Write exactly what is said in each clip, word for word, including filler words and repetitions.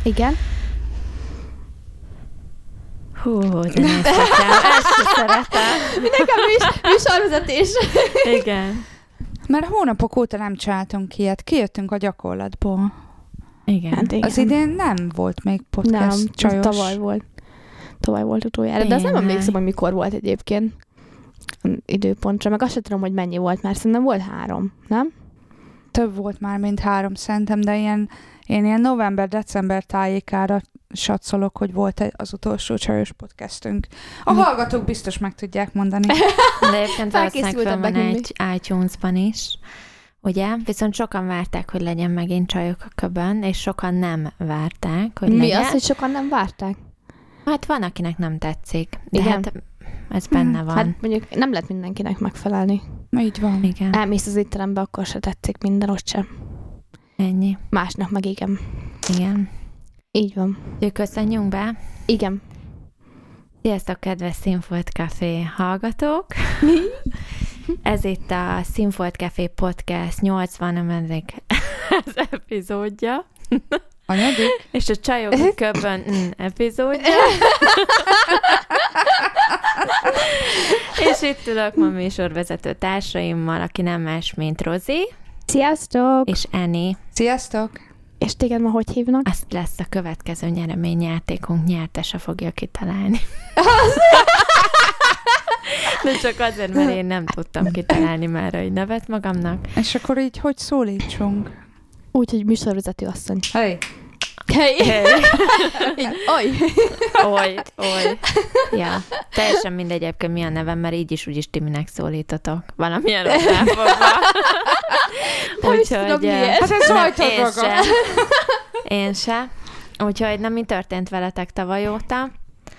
Igen. Hú, de néztek el. Ezt se szeretem. Nekem is műsorvezetés. Igen. Mert hónapok óta nem csináltunk ilyet. Kijöttünk a gyakorlatból. Igen. Hát igen. Az idén nem volt még podcast Nem, csajos. tavaly volt. Tavaly volt utoljára. De azt nem Tényleg. emlékszem, hogy mikor volt egyébként időpontra. Meg azt sem tudom, hogy mennyi volt, mert szerintem volt három, nem? Több volt már, mint három szerintem, de ilyen, én ilyen november-december tájékára satszolok, hogy volt egy- az utolsó csajos podcastünk. A Mi? hallgatók biztos meg tudják mondani. De egyébként valószínűleg föl van Felkészültebbek, mint egy iTunes-ban is, ugye? Viszont sokan várták, hogy legyen megint csajok a köbön, és sokan nem várták, hogy Mi legyen. az, hogy sokan nem várták? Hát van, akinek nem tetszik. De Igen. hát ez benne van. Hát mondjuk nem lehet mindenkinek megfelelni. Így van. Igen, Elmész az étterembe, akkor se tetszik minden, ott sem. ennyi. Másnak meg igen. Igen. Így van. Úgyhogy köszönjünk be. Igen. Sziasztok, kedves Színfolt Café hallgatók! Ez itt a Színfolt Café Podcast nyolcvanadik az epizódja. Anyadik? És a Csajok Köbön mm, epizódja. És itt ülök ma műsorvezető társaimmal, aki nem más, mint Rozi Sziasztok! és Eni. Sziasztok! És téged ma hogy hívnak? Azt lesz a következő nyereményjátékunk, nyertese fogja kitalálni. De csak azért, mert én nem tudtam kitalálni már egy nevet magamnak. És akkor így hogy szólítsunk? Úgy, hogy műsorvezető asszony. Hey. Hey. Hey. Így, oly! Oly, oly. Ja, teljesen mindegy, egyébként mi a nevem, mert így is úgyis Timinek szólítatok. Valamilyen rosszán fogva. Nem is tudom, miért. Hát ez nem, rajtad én maga. se. Én se. Úgyhogy nem mi történt veletek tavaly óta?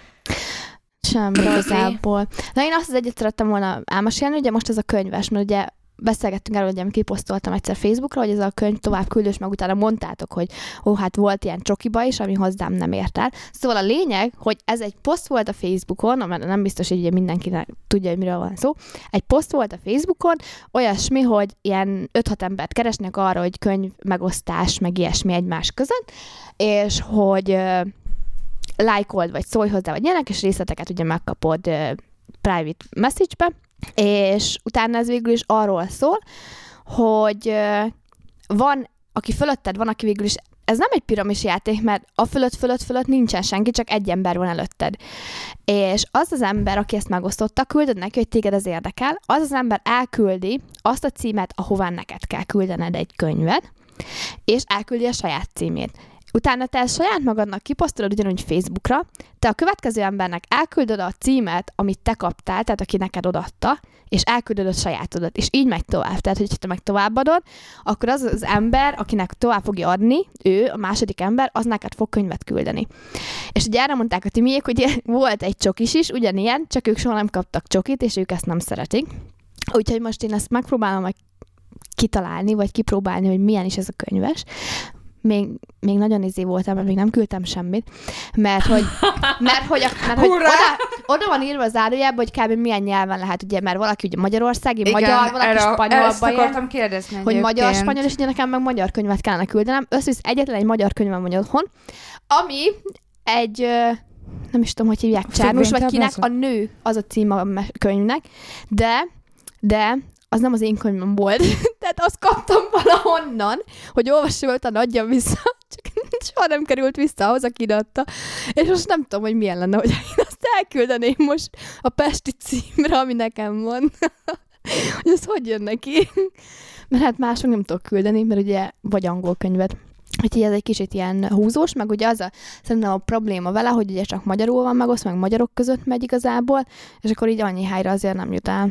Sem Rozi? igazából. Na én azt az egyet szerettem volna elmesélni, ugye most ez a könyves, mert ugye beszélgettünk erről, hogy én kiposztoltam egyszer Facebookra, hogy ez a könyv tovább küldős, meg utána mondtátok, hogy ó, hát volt ilyen csokiba is, ami hozzám nem ért el. Szóval a lényeg, hogy ez egy poszt volt a Facebookon, mert nem biztos, hogy ugye mindenki tudja, hogy miről van szó. Egy poszt volt a Facebookon, olyasmi, hogy ilyen öt-hat embert keresnek arra, hogy könyv megosztás, meg ilyesmi egymás között, és hogy ö, lájkold, vagy szólj hozzá, vagy ilyenek, és részleteket ugye megkapod ö, private message-be, és utána ez végül is arról szól, hogy ö, van, aki fölötted van, aki végül is, ez nem egy piramis játék, mert a fölött, fölött, fölött nincsen senki, csak egy ember van előtted. És az az ember, aki ezt megosztotta, küldöd neki, hogy téged ez érdekel, az az ember elküldi azt a címet, ahová neked kell küldened egy könyvet, és elküldi a saját címét. Utána te ezt saját magadnak kiposztolod ugyanúgy Facebookra, te a következő embernek elküldöd a címet, amit te kaptál, tehát aki neked odaadta, és elküldöd a sajátodat, és így megy tovább. Tehát, hogyha te meg továbbadod, akkor az az ember, akinek tovább fogja adni, ő, a második ember, az neked fog könyvet küldeni. És ugye erre mondták a Timiék, hogy volt egy csokis is, ugyanilyen, csak ők soha nem kaptak csokit, és ők ezt nem szeretik. Úgyhogy most én ezt megpróbálom meg kitalálni, vagy kipróbálni, hogy milyen is ez a könyves. Még, még nagyon izé voltam, mert még nem küldtem semmit, mert hogy, mert hogy, a, mert, hogy oda, oda van írva az zárójában, hogy kb. Milyen nyelven lehet, ugye, mert valaki ugye magyarországi, Igen, magyar, valaki erre, spanyolba ezt akartam kérdezni hogy egyébként. magyar, spanyol, és ugye nekem meg magyar könyvet kellene küldenem. Összvisz egyetlen egy magyar könyvem van otthon, ami egy, ö, nem is tudom, hogy hívják, Csernus, vagy kinek, a nő az a cím a könyvnek, de, de az nem az én könyvem volt. Tehát azt kaptam valahonnan, hogy olvassam, utána adjam vissza, csak soha nem került vissza ahhoz, aki adta. És most nem tudom, hogy milyen lenne, hogy én azt elküldeném most a pesti címre, ami nekem van. Hogy ez hogy jön neki? Mert hát mások nem tudok küldeni, mert ugye vagy angol könyvet. Úgyhogy ez egy kicsit ilyen húzós, meg ugye az a, szerintem a probléma vele, hogy ugye csak magyarul van megosztva, meg magyarok között megy igazából, és akkor így annyi helyre azért nem jut el.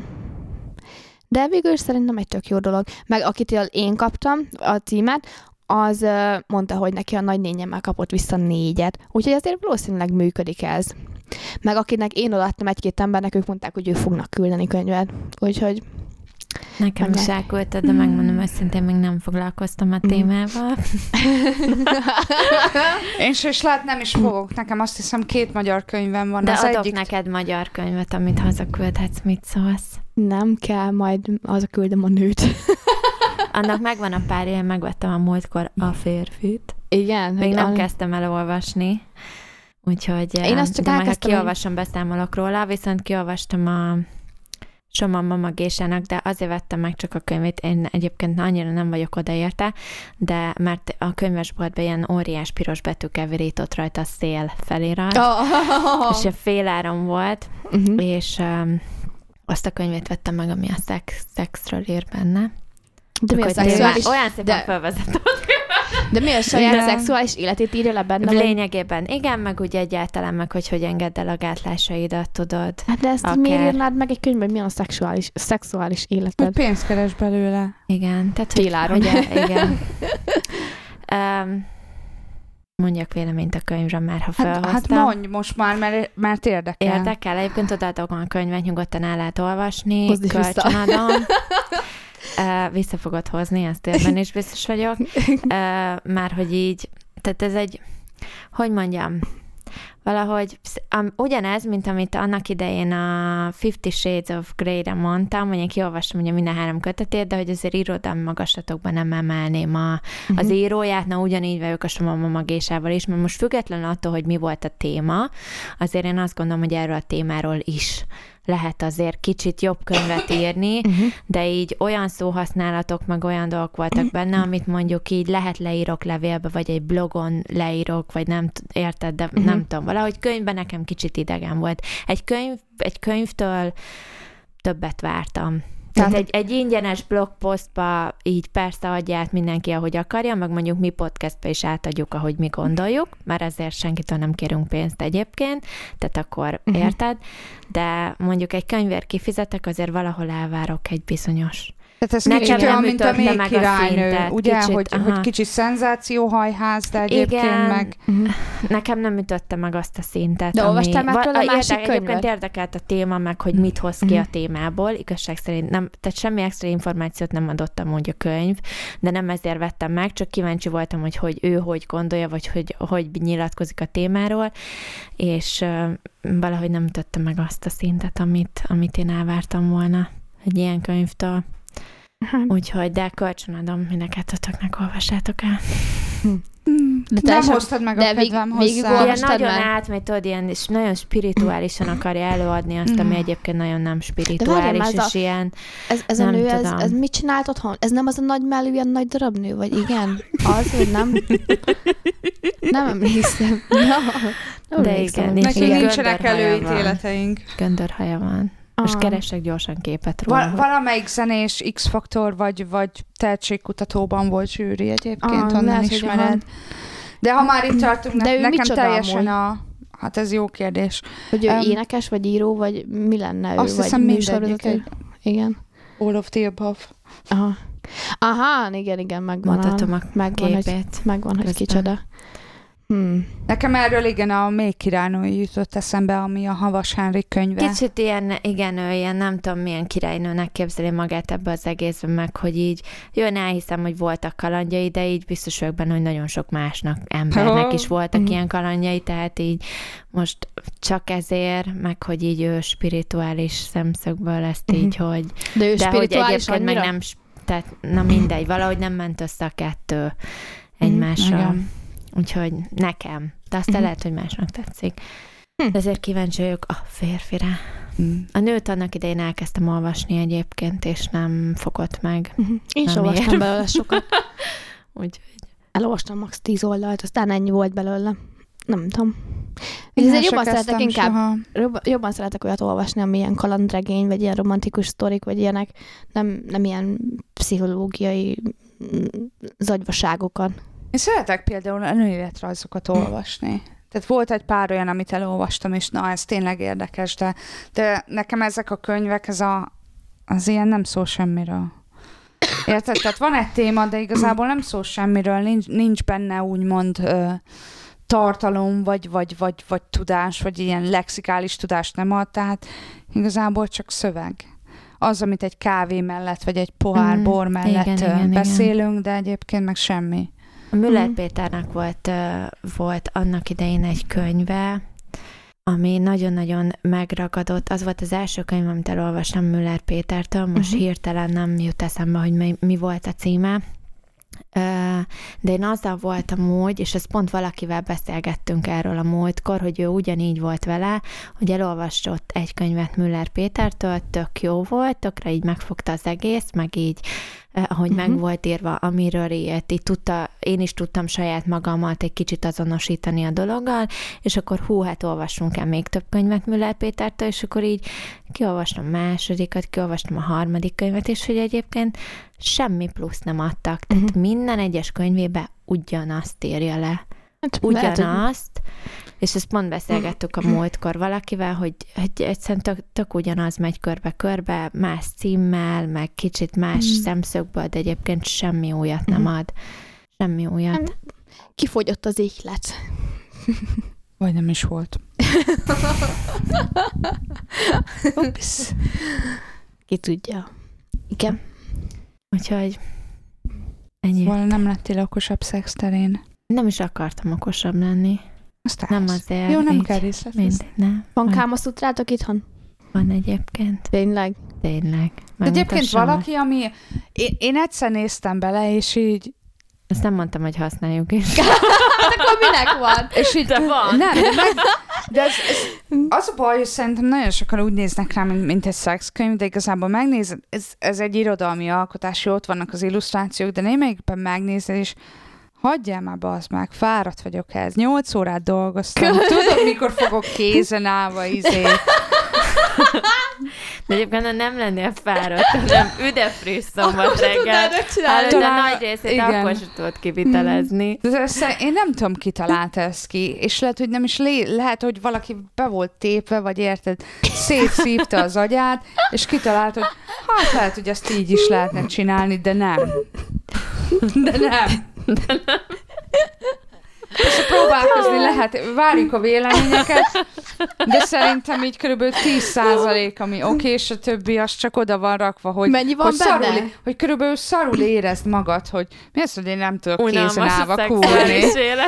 De végül is szerintem egy tök jó dolog. Meg akitől én kaptam a címet, az mondta, hogy neki a nagynényemmel kapott vissza négyet. Úgyhogy azért valószínűleg működik ez. Meg akinek én odaadtam egy-két embernek, ők mondták, hogy ők fognak küldeni könyvet. Úgyhogy... Nekem is elküldted, de megmondom őszintén, még nem foglalkoztam a témával. Én se is lát, nem is fogok. Nekem azt hiszem két magyar könyvem van. De az adok egyik... neked magyar könyvet, amit hazaküldhetsz, mit szólsz? Nem kell, majd hazaküldöm a nőt. Annak megvan a párja, én megvettem a múltkor a férfit. Igen. Még nem an... kezdtem el olvasni. Úgyhogy én azt csak de majd, ha kiolvasom, én... beszámolok róla, viszont kiolvastam a Soma Mama Gésának, de azért vettem meg csak a könyvét, én egyébként annyira nem vagyok odaérte, de mert a könyvesboltban ilyen óriás piros betűkkel virított rajta a szél felirat, oh. és a féláron volt, uh-huh. és um, azt a könyvét vettem meg, ami a szex, szexről ír benne. De mi a szexuális? Olyan szépen de... felvezetett. De mi a saját igen. szexuális életét írja le benne? Lényegében igen, meg úgy egyáltalán meg, hogy hogy engedd el a gátlásaidat, tudod. Hát de ezt akár... miért írnád meg egy könyvben, hogy milyen a szexuális, szexuális életed? Hogy pénzt keres belőle. Igen. Tehát, Féláron. Hogy, hogy, igen. um, mondjak véleményt a könyvre már, ha felhoztam. Hát, hát mondj most már, mert, mert érdekel. Érdekel. Egyébként odaadok a könyvet, nyugodtan el lehet olvasni. Kölcsönadom. Uh, vissza fogod hozni, ezt érben is biztos vagyok. Uh, már hogy így, tehát ez egy, hogy mondjam, valahogy um, ugyanez, mint amit annak idején a Fifty Shades of Grey-re mondtam, hogy én kiolvastam ugye minden három kötetét, de hogy azért irodalmi magaslatokban nem emelném a, uh-huh. az íróját, na ugyanígy vagyok a Soma Mama Gésával is, mert most függetlenül attól, hogy mi volt a téma, azért én azt gondolom, hogy erről a témáról is lehet azért kicsit jobb könyvet írni, uh-huh. de így olyan szóhasználatok, meg olyan dolgok voltak benne, amit mondjuk így lehet leírok levélbe, vagy egy blogon leírok, vagy nem, érted, de uh-huh. nem tudom. Valahogy könyvben nekem kicsit idegen volt. Egy, könyv, egy könyvtől többet vártam. Tehát egy, egy ingyenes blogposztba így persze adja át mindenki, ahogy akarja, meg mondjuk mi podcastba is átadjuk, ahogy mi gondoljuk, mert ezért senkitől nem kérünk pénzt egyébként, tehát akkor uh-huh. érted, de mondjuk egy könyvért kifizetek, azért valahol elvárok egy bizonyos. Tehát ez nekem nem mint a Még királynő, ugye, kicsit, hogy, hogy kicsi szenzációhajház, de egyébként igen, meg... Uh-huh. Nekem nem ütötte meg azt a szintet. De ami... olvastál már tőle a másik könyvet? Egyébként érdekelt a téma, meg hogy mit hoz ki uh-huh. a témából. Igazság szerint nem, tehát semmi extra információt nem adottam úgy a könyv, de nem ezért vettem meg, csak kíváncsi voltam, hogy, hogy ő hogy gondolja, vagy hogy, hogy nyilatkozik a témáról, és uh, valahogy nem ütötte meg azt a szintet, amit, amit én elvártam volna egy ilyen könyvtől. Uh-huh. Úgyhogy, de kölcsönadom, mindenkettőtöknek olvassátok el. De nem hoztad meg a kedvem hozzá. Ilyen nagyon átmegy, tudod, ilyen, és nagyon spirituálisan akarja előadni azt, ami egyébként nagyon nem spirituális, és a, ilyen, ez, ez a nő, ez, ez mit csinált otthon? Ez nem az a nagy mellű, ilyen nagy darab nő, vagy igen? Az, hogy nem? Nem emlékszem. No, nem de igen. Nekünk nincsenek előítéleteink. Göndörhaja van. Most ah. keresek gyorsan képet róla. Val- valamelyik zenés X-faktor vagy, vagy tehetségkutatóban volt zsűri egyébként, ah, onnan lehet, ismered. De ha már itt tartunk, ne- nekem teljesen a... Hát ez jó kérdés. Hogy ő um, énekes, vagy író, vagy mi lenne ő? Azt vagy hiszem mindegyik. Igen. All of the above. Aha. Aha, igen, igen, megvan. Mutatom a megvan, képét. Hogy, megvan, hogy kicsoda. Hmm. Nekem erről igen a Még királynő jutott eszembe, ami a Havas Henrik könyve. Kicsit ilyen, igen, ő ilyen nem tudom milyen királynőnek képzeli magát ebbe az egészben, meg hogy így, jó, elhiszem, hogy voltak kalandjai, de így biztos vagyok benne, hogy nagyon sok másnak, embernek is voltak mm. ilyen kalandjai, tehát így most csak ezért, meg hogy így ő spirituális szemszögből ezt mm. így, hogy de, ő de hogy egyébként meg nem, tehát na mindegy, valahogy nem ment össze a kettő egymásra. Mm. Úgyhogy nekem. De aztán uh-huh. lehet, hogy másnak tetszik. Hm. De ezért kíváncsi vagyok a férfire. Uh-huh. A nőt annak idején elkezdtem olvasni egyébként, és nem fogott meg. Uh-huh. Én is olvastam belőle sokat. Úgyhogy. Elolvastam max tíz oldalt, aztán ennyi volt belőle. Nem tudom. És ezért jobban szeretek inkább, jobban, jobban szeretek olyat olvasni, ami ilyen kalandregény, vagy ilyen romantikus sztorik, vagy ilyenek. Nem, nem ilyen pszichológiai zagyvaságokat. Én szeretek például a nőéletrajzokat olvasni. Tehát volt egy pár olyan, amit elolvastam, és na, ez tényleg érdekes, de, de nekem ezek a könyvek, ez a, az ilyen nem szól semmiről. Érted? Tehát van egy téma, de igazából nem szól semmiről, nincs, nincs benne úgymond ö, tartalom, vagy, vagy, vagy, vagy tudás, vagy ilyen lexikális tudást nem ad, tehát igazából csak szöveg. Az, amit egy kávé mellett, vagy egy pohár bor mellett igen, igen, beszélünk, igen. De egyébként meg semmi. A Müller mm. Péternek volt, uh, volt annak idején egy könyve, ami nagyon-nagyon megragadott, az volt az első könyv, amit elolvastam Müller Pétertől, most uh-huh. hirtelen nem jut eszembe, hogy mi, mi volt a címe, de én azzal voltam úgy, és ezt pont valakivel beszélgettünk erről a múltkor, hogy ő ugyanígy volt vele, hogy elolvasott egy könyvet Müller Pétertől, tök jó volt, tökre így megfogta az egész, meg így, ahogy uh-huh. meg volt írva, amiről írt, így tudta, én is tudtam saját magammal egy kicsit azonosítani a dologgal, és akkor hú, hát olvassunk el még több könyvet Müller Pétertől, és akkor így kiolvastam a másodikat, kiolvastam a harmadik könyvet, és hogy egyébként semmi plusz nem adtak. Tehát uh-huh. minden egyes könyvébe ugyanazt írja le. Hát, ugyanazt. Lehet, és ezt pont beszélgettük a múltkor valakivel, hogy, hogy egyszerűen tök, tök ugyanaz megy körbe-körbe, más címmel, meg kicsit más uh-huh. szemszögből, de egyébként semmi újat nem ad. Semmi újat. Kifogyott az ihlet. Vagy nem is volt. Ups. Ki tudja. Igen. Úgyhogy ennyi. Szóval nem lettél okosabb szex terén? Nem is akartam okosabb lenni. Aztán nem azért. Jó, nem kell részletezni. Van kámaszutrátok itthon? Van egyébként. Tényleg? Tényleg. De egyébként valaki, ami... Én, én egyszer néztem bele, és így... Ezt nem mondtam, hogy használjuk is. Hát akkor minek van? És így, de van. Nem, de, meg, de ez, ez, az a baj, hogy szerintem nagyon sokan úgy néznek rá, mint, mint egy szexkönyv, de igazából megnézed, ez, ez egy irodalmi alkotás, jó, ott vannak az illusztrációk, de némelyikben megnézed, és hagyjál már, bazd meg, fáradt vagyok ez. Nyolc órát dolgoztam. Tudod, mikor fogok kézen állva izé. De egyébként nem lennél fáradt, hanem üdefriss szombat reggel. Hallod, de nagy részét igen. Akkor sem tudod kivitelezni. Én nem tudom, ki találta ezt ki, és lehet, hogy nem is lé- lehet, hogy valaki be volt tépve, vagy érted, szétszívta az agyát, és kitalált, hogy hát lehet, hogy ezt így is lehetne csinálni, de nem. De nem. De nem. És próbálkozni lehet, várjuk a véleményeket, de szerintem így körülbelül tíz százalék, ami oké, és a többi az csak oda van rakva, hogy, mennyi van hogy, benne? Szarul, hogy körülbelül szarul érezd magad, hogy mi az, hogy én nem tudok kézen állva kúrni.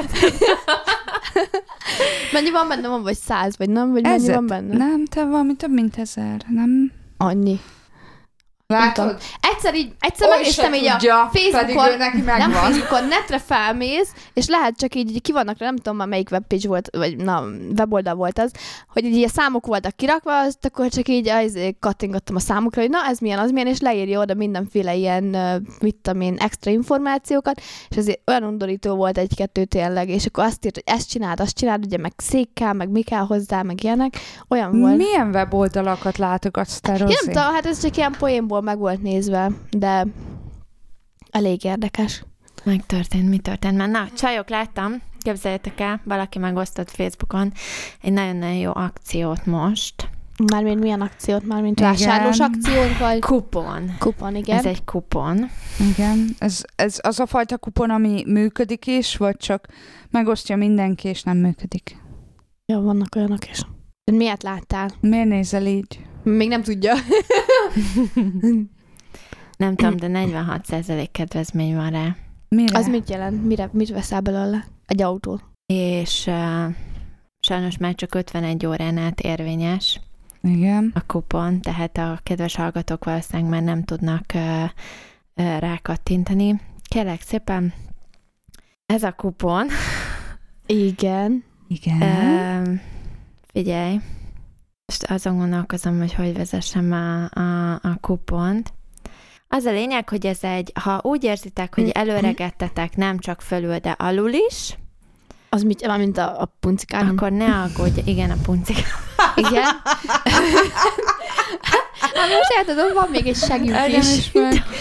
Mennyi van benne, van vagy száz, vagy nem? Vagy mennyi Ezet, van benne? Nem, te valami több mint ezer, nem? Annyi. Látod? Egyszer így, egyszer megnéztem így tudja, a Facebookon, neki nem Facebookon, netre felmész, és lehet csak így, így ki vannak, nem tudom már melyik webpage volt, vagy na, weboldal volt az, hogy így a számok voltak kirakva, azt akkor csak így az, kattingattam a számokra, hogy na ez milyen, az milyen, és leírja oda mindenféle ilyen, mit tudom én, extra információkat, és azért olyan undorító volt egy-kettő tényleg, és akkor azt írt, hogy ezt csináld, azt csináld, ugye meg szék kell, meg mi kell hozzá, meg ilyenek, olyan volt. Milyen weboldalakat látogatsz te, Rozi? Nem tudom, hát ez csak ilyen poénból meg volt nézve, de elég érdekes. Megtörtént, mi történt? Mert na, csajok, láttam, képzeljétek el, valaki megosztott Facebookon egy nagyon-nagyon jó akciót most. Mármint milyen akciót? Mármint vásárlós akciót, vagy? Kupon. Kupon, igen. Ez egy kupon. Igen. Ez, ez az a fajta kupon, ami működik is, vagy csak megosztja mindenki, és nem működik? Ja, vannak olyanok is. De miért láttál? Miért nézel így? Még nem tudja. Nem tudom, de negyvenhat százalék kedvezmény van rá. Mire? Az mit jelent? Mire, mit veszel belőle? Egy autót? És uh, sajnos már csak ötvenegy órán át érvényes igen. a kupon, tehát a kedves hallgatók valószínűleg már nem tudnak uh, uh, rákattintani. Kérlek szépen, ez a kupon. Igen. Igen. Uh, figyelj, most azon gondolkozom, hogy hogy vezessem a, a, a kupont. Az a lényeg, hogy ez egy, ha úgy érzitek, hogy előregettetek nem csak fölül, de alul is, az mit, mint a, a puncikán? Akkor ne aggódj, igen, a puncikán. Igen. Hát most érted, van még egy segünk is.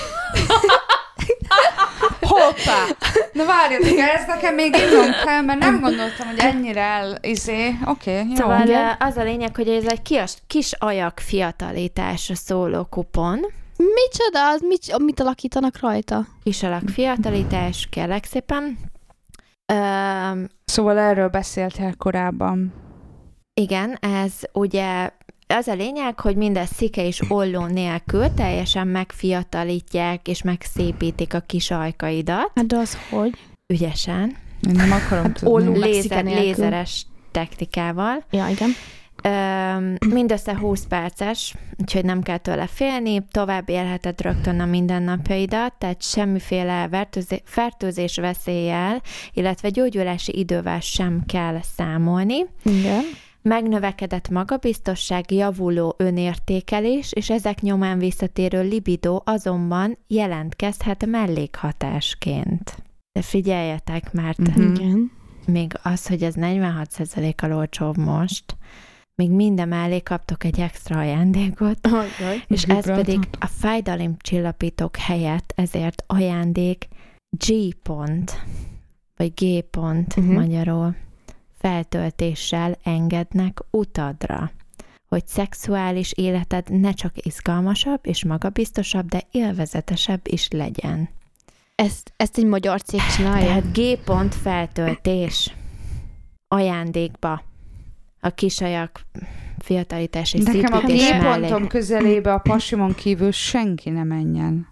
Hoppá! Na várjatok, ez nekem még innom kell, mert nem gondoltam, hogy ennyire el, izé, oké, okay, jó. Szóval igen. Az a lényeg, hogy ez egy kis, kis ajak fiatalításra szóló kupon. Micsoda? Az mit, mit alakítanak rajta? Kis alak fiatalítás, kérlek szépen. Um, szóval erről beszéltél korábban. Igen, ez ugye az a lényeg, hogy mindez szike és olló nélkül teljesen megfiatalítják és megszépítik a kis ajkaidat. Hát de az hogy? Ügyesen. Én nem akarom hát tudni. Olló Lézer, lézeres technikával. Ja, igen. Mindössze húsz perces, úgyhogy nem kell tőle félni, tovább élheted rögtön a mindennapjaidat, tehát semmiféle fertőzés, fertőzés veszéllyel, illetve gyógyulási idővel sem kell számolni. Igen. Megnövekedett magabiztosság, javuló önértékelés, és ezek nyomán visszatérő libido azonban jelentkezhet mellékhatásként. De figyeljetek, mert uh-huh. még az, hogy ez negyvenhat százalékkal olcsóbb most, még minden mellé kaptok egy extra ajándékot, Ajaj, és ez pedig a fájdalomcsillapítók helyett ezért ajándék G-pont, vagy G-pont uh-huh. magyarul feltöltéssel engednek utadra, hogy szexuális életed ne csak izgalmasabb és magabiztosabb, de élvezetesebb is legyen. Ezt, ezt egy magyar cég csinálja? Tehát G-pont feltöltés ajándékba. A kisajak fiatalítás és szépítés mellé. Nekem a G-pontom közelébe a pasimon kívül senki ne menjen.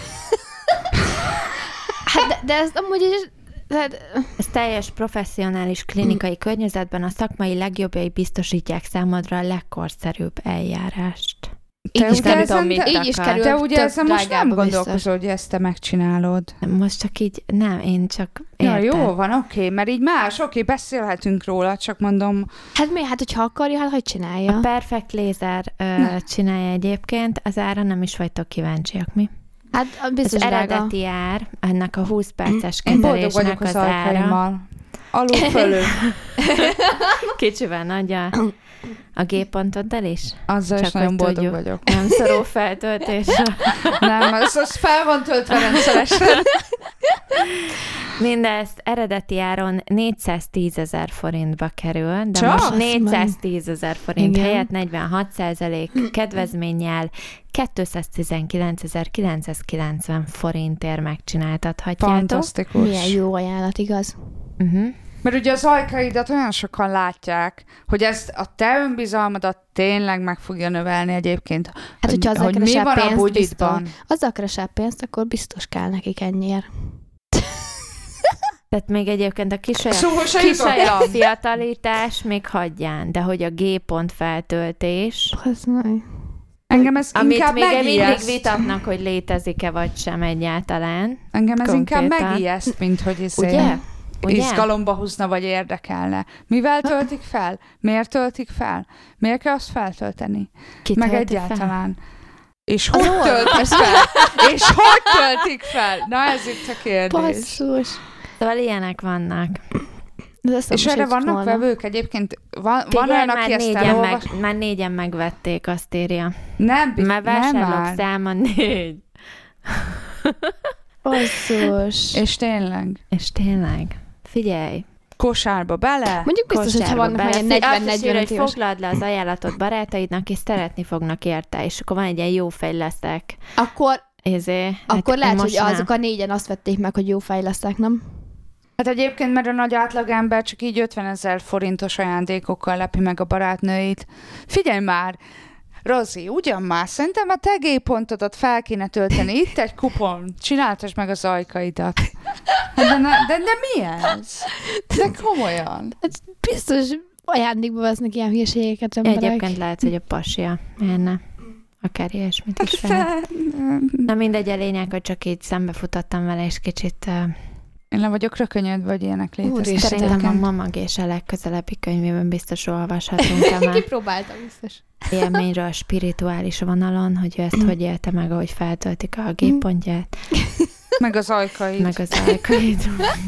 Hát de, de ez amúgy is... Tehát... Ez teljes professzionális klinikai környezetben a szakmai legjobbjai biztosítják számodra a legkorszerűbb eljárást. Te így is, nem tudom, te, így is kerül. De ugye ezen most nem gondolkozol, hogy ezt te megcsinálod. Most csak így, nem, én csak érted. Ja, jó van, oké, okay, mert így más, oké, okay, beszélhetünk róla, csak mondom. Hát mi, hát hogyha akarja, hát hogy csinálja? A Perfect Laser uh, csinálja egyébként, az ára nem is vagytok kíváncsiak, mi? Hát biztos az drága. Eredeti ár, ennek a húsz perces kezelésnek kezelésnek az, vagyok az, az ára. Alul fölül. Kicsivel nagy a, a G-pontoddal is? Azzal csak is nagyon boldog tudjuk. vagyok. Nem szorul feltöltésre. Nem, az, az fel van töltve rendszeresen. Mindezt eredeti áron négyszáztízezer forintba kerül, de Csak? most négyszáztízezer forint Igen. helyett negyvenhat százalék kedvezménnyel kétszáztizenkilencezer-kilencszázkilencven forintért megcsináltathatjátok. Fantasztikus. Milyen jó ajánlat, igaz? Uh-huh. Mert ugye az ajkaidat olyan sokan látják, hogy ezt a te önbizalmadat tényleg meg fogja növelni egyébként. Hát, hogyha azzal hogy mi keresel van a pénzt, buditban. biztos, azzal keresel pénzt, akkor biztos kell nekik ennyiért. Tehát még egyébként a kisajak, szóval kisajak fiatalítás még hagyján, de hogy a G-pont feltöltés, engem ez amit inkább még megijeszt. mindig vitatnak, hogy létezik-e vagy sem egyáltalán. Engem ez konkrétan. inkább megijeszt, mint hogy izé Ugye? Ugye? izgalomba húzna, vagy érdekelne. Mivel töltik fel? Miért töltik fel? Miért kell azt feltölteni? Ki Meg tölti egyáltalán. Fel? És hogy töltik fel? És hogy töltik fel? Na ez itt a kérdés. Basszus. Szóval ilyenek vannak. És erre vannak volna. Vevők egyébként? Van, van olyan, aki ezt elolvas... meg, már négyen megvették, azt írja. Nem, Mert vásárlók nem száma négy. Basszus. És tényleg. És tényleg. Figyelj. Kosárba bele. Mondjuk biztos, hogyha vannak már negyven-negyven hogy foglald le az ajánlatot barátaidnak, és szeretni fognak érte, és akkor van egy ilyen jó fej leszek. Akkor, Ezé, akkor hát lehet, hogy nem. azok a négyen azt vették meg, hogy jó fej leszek, nem? Hát egyébként, mert a nagy átlagember csak így ötvenezer forintos ajándékokkal lepi meg a barátnőit. Figyelj már! Rozi, ugyan már, szerintem a te G-pontodat fel kéne tölteni. Itt egy kupon, csináltasd meg az ajkaidat. De, de, de, de mi ez? De komolyan. Biztos ajándékba vesznek ilyen hülyeségeket emberek. Egyébként lehet, hogy a pasia érne. Akár ilyesmit is fel. Na mindegy, a lényeg, hogy csak így szembefutottam vele, és kicsit... Uh... Én le vagyok rökönyödve, hogy ilyenek léteznek. Szerintem a Mamag és a legközelebbi könyvében biztos olvashatunk már. Kipróbáltam biztos. Élményről a spirituális vonalon, hogy ő ezt hogy élte meg, ahogy feltöltik a G-pontját. Meg az ajkaid. Meg az ajkaid.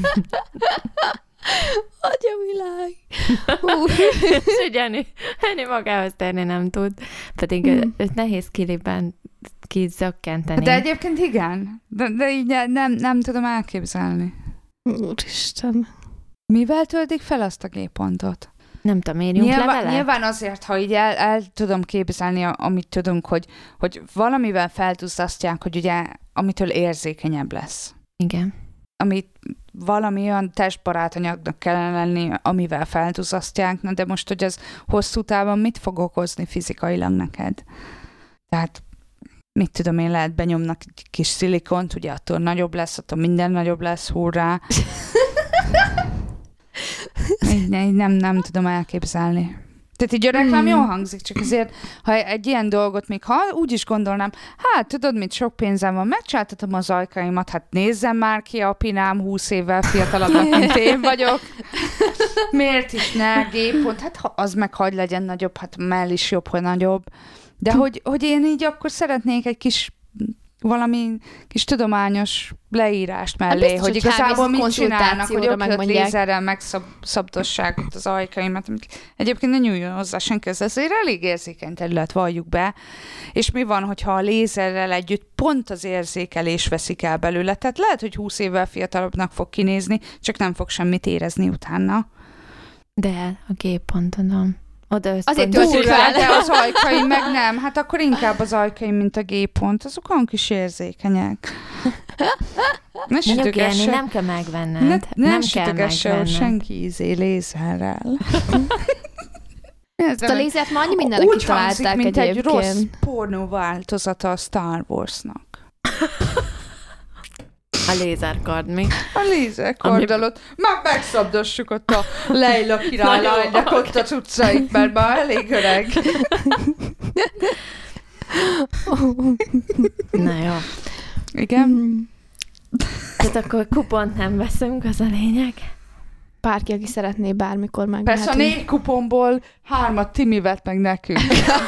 Atyavilág. És Jenny, Jenny magához térni nem tud. Pedig hmm. őt nehéz kilibben kizökkenteni. De egyébként igen. De, de így nem, nem tudom elképzelni. Úristen. Mivel töltik fel azt a G-pontot? Nem tudom, írjunk nyilván, levelet? Nyilván azért, ha így el, el tudom képzelni, amit tudunk, hogy, hogy valamivel felduzzasztják, hogy ugye, amitől érzékenyebb lesz. Igen. Amit valami olyan testbarát anyagnak kellene lenni, amivel felduzzasztják, na de most, hogy ez hosszú távon mit fog okozni fizikailag neked? Tehát mit tudom én, lehet benyomnak egy kis szilikont, ugye attól nagyobb lesz, attól minden nagyobb lesz, hurrá. nem, nem tudom elképzelni. Tehát így a reklám hmm. jól hangzik, csak azért, ha egy ilyen dolgot még ha úgy is gondolnám, hát tudod, mit sok pénzem van, megcsináltatom az ajkaimat, hát nézzem már ki a pinám húsz évvel fiatalabbnak, mint én vagyok. Miért is ne, G-pont, hát ha az meg hagy legyen nagyobb, hát mell is jobb, hogy nagyobb. De hogy, hogy én így akkor szeretnék egy kis valami kis tudományos leírást mellé, hát biztos, hogy, hogy igazából mit csinálnak, hogy öklött lézerrel megszabdosság ott az ajkaimat. Egyébként ne nyúljon hozzá senki, ez azért elég érzékeny terület, valljuk be. És mi van, hogyha a lézerrel együtt pont az érzékelés veszik el belőle? Tehát lehet, hogy húsz évvel fiatalabbnak fog kinézni, csak nem fog semmit érezni utána. De a G-ponton. Oda azért töltjük rá, de az ajkaim meg nem. Hát akkor inkább az ajkaim, mint a G-pont. Azok olyan kis érzékenyek. Ne sütögesse. Nem kell megvenned. Ne, nem nem sütögesse, hogy senki ízé lézerrel. Ezt a lézert már annyi mindenek kitalálták mint egyébként. Egy rossz pornó változata a Star Warsnak. A lézerkard, mi? A lézerkardalot. Már megszabdossuk ott a Leila királylánynak ott a cuccaik, mert már elég öreg. Na jó. Igen? Tehát akkor kupont nem veszünk, az a lényeg. Bárki, aki szeretné bármikor meg. Persze a négy kuponból hármat Timi vett meg nekünk.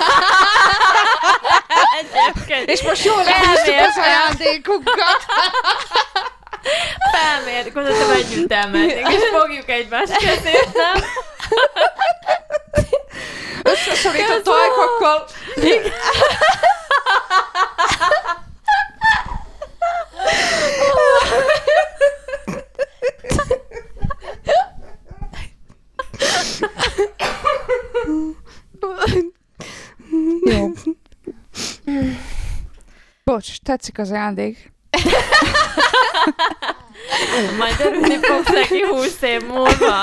És most jól elhúztuk az ajándékunkat. Felmérjük, gondoltam együtt elmennénk, és fogjuk egymást kezét, nem? Összeszorított ajkakkal. Jó. Bocs, tetszik az ajándék. Majd örülni fogsz neki húsz év múlva.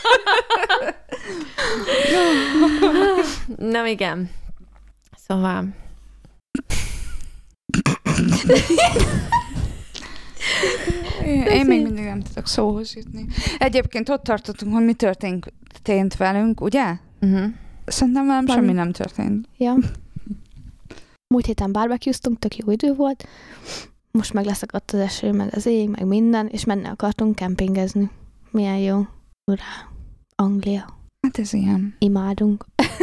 Na igen. Szóval... Én, én még mindig nem tudok szóhoz jutni. Egyébként ott tartottunk, hogy mi történt velünk, ugye? Uh-huh. Szerintem velem semmi nem történt. Ja. Múlt héten barbecue-ztunk, tök jó idő volt. Most meg leszakadt az eső, meg az ég, meg minden, és menne akartunk kempingezni. Milyen jó. Urá. Anglia. Hát ez ilyen. Imádunk.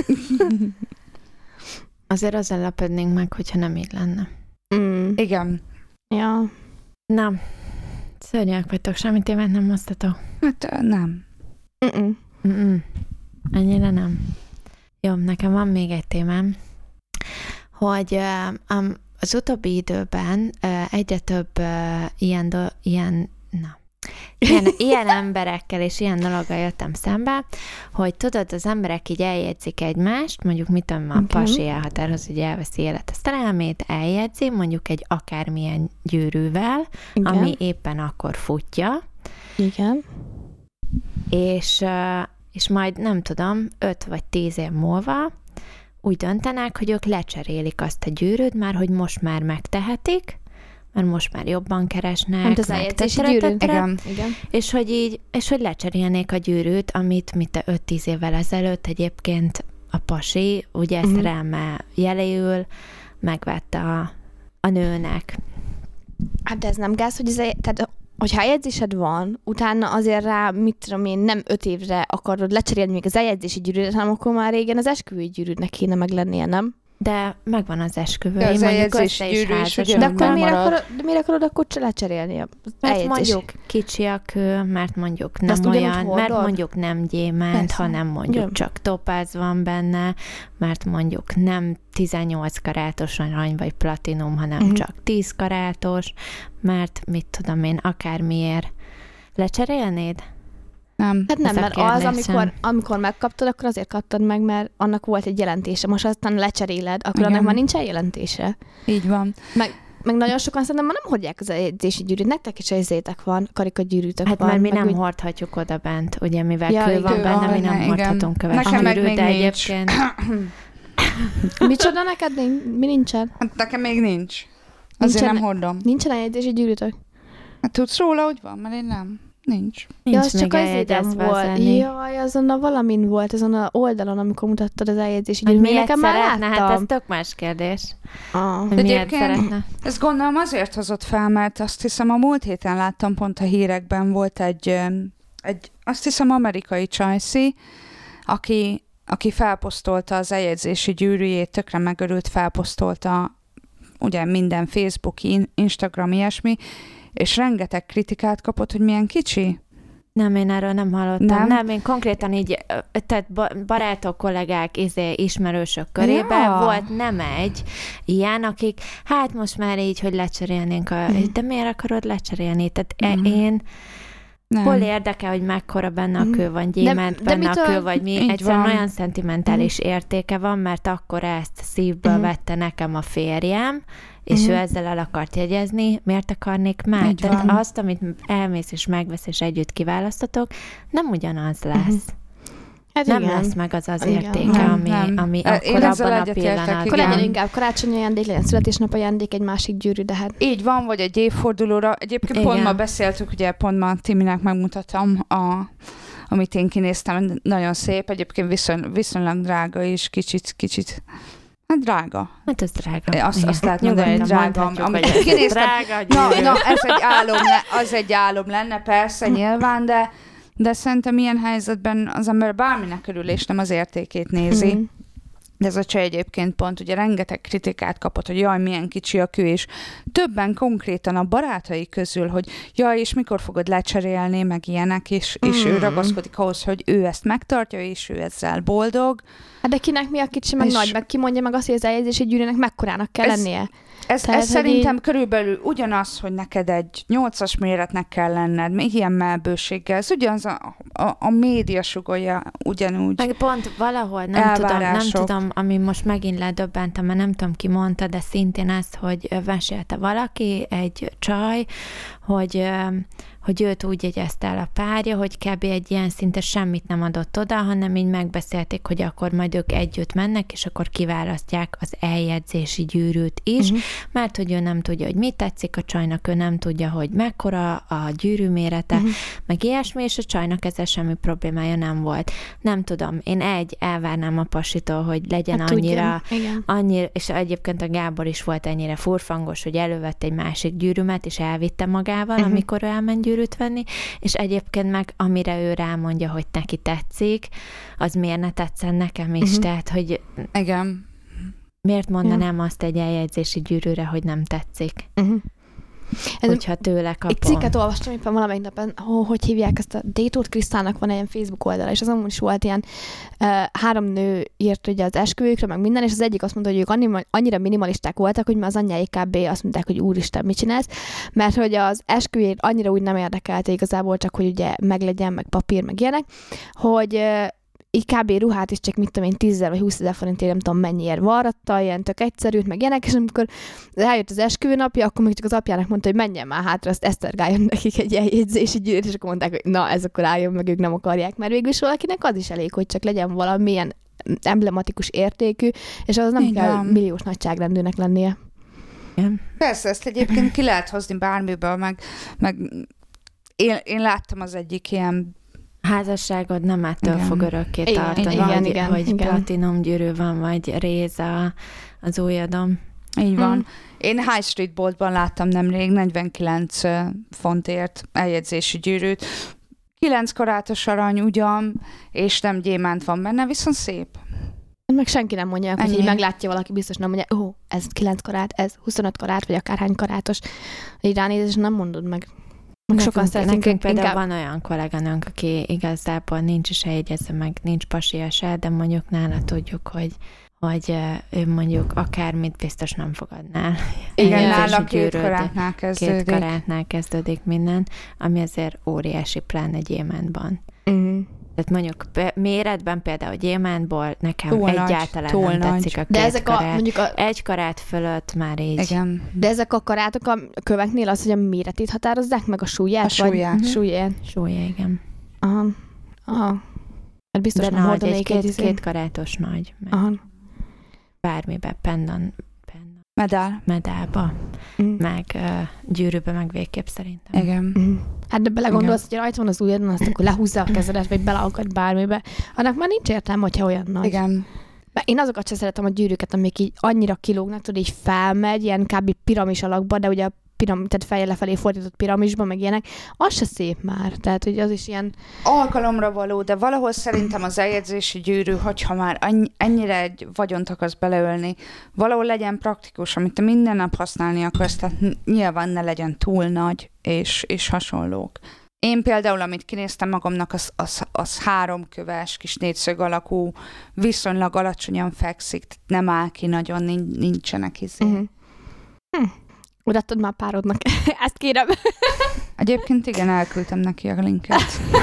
Azért azzal lepődnénk meg, hogyha nem így lenne. Mm. Igen. Ja. Na, szörnyűek vagytok, semmi témát nem hoztatok. Hát nem. Mm-mm. Mm-mm. Ennyire nem. Jó, nekem van még egy témám, hogy uh, um, az utóbbi időben uh, egyre több uh, ilyen, do- ilyen, na, ilyen, ilyen emberekkel és ilyen dologgal jöttem szembe, hogy tudod, az emberek így eljegyzik egymást, mondjuk mit tudom, a pasi elhatároz, hogy elveszi élete szerelmét, eljegyzi, mondjuk egy akármilyen gyűrűvel, igen, ami éppen akkor futja. Igen. És, uh, és majd nem tudom, öt vagy tíz év múlva úgy döntenek, hogy ők lecserélik azt a gyűrűt, már hogy most már megtehetik, mert most már jobban keresnek. Hát az eljegyzési gyűrűt. Igen. Igen. És hogy így, és hogy lecserélnék a gyűrűt, amit mit öt-tíz évvel ezelőtt egyébként a pasi, ugye ezt uh-huh. szerelme jeléül megvette a, a nőnek. Hát de ez nem gáz, hogy ez, tehát hogyha eljegyzésed van, utána azért rá, mit tudom én, nem öt évre akarod lecserélni még az eljegyzési gyűrűt, hanem akkor már régen az esküvői gyűrűnek kéne meg lennie, nem? De megvan az esküvő. De az eljegyzési gyűrű is de akkor miért akarod, de miért akarod akkor lecserélni az mert eljegyzés? Mondjuk kicsi a kő, mert mondjuk nem olyan, mert mondjuk nem gyémánt, persze, hanem mondjuk igen, csak topáz van benne, mert mondjuk nem tizennyolc karátos arany vagy platinum, hanem uh-huh. csak tíz karátos, mert mit tudom én, akármiért. Lecserélnéd? Nem. Hát nem, mert az, amikor, amikor megkaptad, akkor azért kaptad meg, mert annak volt egy jelentése. Most aztán lecseréled, akkor igen, annak már nincsen jelentése. Így van. Meg, meg nagyon sokan szerintem már nem hordják az eljegyzési gyűrűt. Nektek is érzétek van, karikagyűrűtök hát van. Hát mert mi nem úgy... hordhatjuk oda bent, ugye mivel ja, kő van kő benne, van, mi nem igen, hordhatunk követ gyűrűt, de egyébként... Micsoda neked? Mi nincsen? Hát nekem még nincs. Azért nincsen, nem hordom. Nincsen eljegyzési gyűrűtök? Hát tudsz róla, hogy van, mert én nem. Nincs. Nincs ja, az még csak az eljegyezve volt. zenni. Jaj, azon a valamin volt, azon a oldalon, amikor mutattad az eljegyzési Hogy gyűrűt. miért Nekem már szeretne? láttam. Hát ez tök más kérdés. Ah. Hogy miért egyébként szeretne? Ezt gondolom azért hozott fel, mert azt hiszem a múlt héten láttam pont a hírekben volt egy, egy azt hiszem amerikai csajszi, aki, aki felposztolta az eljegyzési gyűrűjét, tökre megörült, felposztolta ugye minden Facebook, Instagram, ilyesmi, és rengeteg kritikát kapott, hogy milyen kicsi. Nem, én erről nem hallottam. Nem? Nem, én konkrétan így, tehát barátok, kollégák, izé, ismerősök körében Ja. volt nem egy ilyen, akik, hát most már így, hogy lecserélnénk a... Mm. De miért akarod lecserélni? Tehát Mm. én... Nem. Hol érdekel, hogy mekkora benne a kő, vagy gyémánt de benne a mitől- kő, vagy mi. így Egyszerűen van. olyan szentimentális értéke van, mert akkor ezt szívből Mhm. vette nekem a férjem, és Mhm. ő ezzel el akart jegyezni, miért akarnék már? Így Tehát van. azt, amit elmész és megvesz, és együtt kiválasztatok, nem ugyanaz lesz. Mhm. Hát Nem igen. lesz meg az az Igen. értéke, Nem, ami, nem. ami Én akkor ezzel abban a egyetértek, pillanatban. Akkor legyen igen. inkább karácsonyi ajándék, legyen születésnap ajándék, egy másik gyűrű, de hát... Így van, vagy egy évfordulóra. Egyébként Igen. pont ma beszéltük, ugye pont ma Timinek megmutatom, a, amit én kinéztem, nagyon szép, egyébként viszony, viszonylag drága is, kicsit, kicsit, hát drága. Hát ez drága. Azt, Igen. azt lehet mondani, hogy Nyugodtan drága. mondhatjuk, Amit hogy ez kinéztem, drága na, gyűrű. na, ez egy álom, le, az egy álom lenne, persze, nyilván, de, de szerintem ilyen helyzetben az ember bárminek örül, és nem az értékét nézi. Mhm. De ez a csaj egyébként pont ugye rengeteg kritikát kapott, hogy jaj, milyen kicsi a kő, és többen konkrétan a barátai közül, hogy jaj, és mikor fogod lecserélni, meg ilyenek, és, és Mm. ő ragaszkodik ahhoz, hogy ő ezt megtartja, és ő ezzel boldog. Hát de kinek mi a kicsi, meg És- nagy, meg ki mondja meg azt, hogy az eljegyzési gyűrűnek mekkorának kell Ez- lennie. Ez, Tehát, ez hogy szerintem körülbelül ugyanaz, hogy neked egy nyolcas méretnek kell lenned, még ilyen melbőséggel. Ez ugyanaz a, a, a média sugolja ugyanúgy. Meg pont valahol, nem tudom, nem Elvárások. tudom, ami most megint ledöbbentem, mert nem tudom ki mondta, de szintén azt, hogy mesélte valaki, egy csaj, hogy, ö, hogy őt úgy jegyezte el a párja, hogy kb. Egy ilyen szinte semmit nem adott oda, hanem így megbeszélték, hogy akkor majd ők együtt mennek, és akkor kiválasztják az eljegyzési gyűrűt is, Mhm. mert hogy ő nem tudja, hogy mi tetszik a csajnak, ő nem tudja, hogy mekkora a gyűrű mérete, Mhm. meg ilyesmi, és a csajnak ezzel semmi problémája nem volt. Nem tudom, én egy, elvárnám a pasitól, hogy legyen Hát annyira, tudjam. Igen. annyira, és egyébként a Gábor is volt ennyire furfangos, hogy elővett egy másik gyűrűmet, és elvitte magával, Mhm. amikor ő elment gyűrűt venni, és egyébként meg amire ő rámondja, hogy neki tetszik, az miért ne tetszen nekem is, Mhm. tehát, hogy Igen. miért mondanám azt egy eljegyzési gyűrűre, hogy nem tetszik, Uh-huh. Ez hogyha tőle kapom. egy cikket olvastam éppen valamelyik napon, oh, hogy hívják ezt a Détót Krisztának van egy Facebook oldala, és azon is volt ilyen uh, három nő írt ugye az esküvőkre, meg minden, és az egyik azt mondta, hogy ők annyira, annyira minimalisták voltak, hogy már az anyjáik kb. Azt mondták, hogy úristen, mit csinálsz, mert hogy az esküvőjét annyira úgy nem érdekelte igazából, csak hogy ugye meglegyen, meg papír, meg ilyenek, hogy uh, így kb. Ruhát is csak mit tudom én, tízezer vagy húszezer forintért nem tudom mennyiért varratta, ilyen tök egyszerűt, meg ilyenek, és amikor eljött az esküvő napja, akkor még csak az apjának mondta, hogy menjen már hátra, azt esztergáljon nekik egy eljegyzési gyűrűt, és akkor mondták, hogy na, ez akkor álljon meg, ők nem akarják, mert végül is valakinek az is elég, hogy csak legyen valamilyen emblematikus értékű, és az nem Így kell van. milliós nagyságrendűnek lennie. Igen. Persze, ezt egyébként ki lehet hozni bármiből, meg, meg én, én láttam az egyik ilyen Házasságod nem ettől Igen. fog örökké Igen, tartani, igen, hogy, igen, hogy igen. platinum gyűrű van, vagy réza az ujjadon. Így van. Hmm. Én High Street boltban láttam nemrég negyvenkkilenc fontért eljegyzési gyűrűt. kilenc karátos arany ugyan, és nem gyémánt van benne, viszont szép. Meg senki nem mondja, hogy Ennyi. így meglátja valaki, biztos nem mondja, ó, oh, ez kilenc karát, ez huszonöt karát, vagy akárhány karátos. Így ránéz, és nem mondod meg. Meg sokan Nekünk, szeretnénk nekünk például inkább... van olyan kolléganőnk, aki igazából nincs is eljegyezve, meg nincs pasia se, de mondjuk nála tudjuk, hogy hogy eh, ő mondjuk akármit biztos nem fogadnál. Igen, Eljegyzési nála két gyűrűt, karátnál kezdődik. Két karátnál kezdődik minden, ami azért óriási, pláne gyémántban. Mm. Tehát mondjuk pe- méretben például gyémántból nekem Túl nagy, egyáltalán túl nem nagy. tetszik a két De ezek a, karát. mondjuk a, Egy karát fölött már így. Igen. de ezek a karátok a köveknél az, hogy a méretét határozzák, meg a súlyát? A súlyát. Vagy? Súlyát. Súlya, igen. Aha. Aha. Hát biztos De nem nagy, egy hordanék egy, két, izé. két karátos nagy. Meg Aha. bármiben, pendant, pendant Medál. medálba, mm. meg uh, gyűrűbe, meg végképp szerintem. Igen. Mm. Hát de belegondolsz, hogy rajta van az ujjadon, azt akkor lehúzza a kezedet, vagy beleakad bármibe. Annak már nincs értelme, hogyha olyan nagy. Igen. Én azokat sem szeretem a gyűrűket, amik így annyira kilógnak, tudod, így felmegy, ilyen kb. Piramis alakba, de ugye a piram, tehát fejjel lefelé fordított piramisba, meg ilyenek, az se szép már. Tehát, hogy az is ilyen... Alkalomra való, de valahol szerintem az eljegyzési gyűrű, hogyha már ennyire egy vagyont akarsz beleölni, valahol legyen praktikus, amit te minden nap használni akarsz, tehát nyilván ne legyen túl nagy, és, és hasonlók. Én például, amit kinéztem magamnak, az, az, az háromköves, kis négyszög alakú, viszonylag alacsonyan fekszik, nem áll ki nagyon, nincsenek izé. Uh-huh. Hm. Odaadtad már párodnak. Ezt kérem. Egyébként igen, elküldtem neki a linket.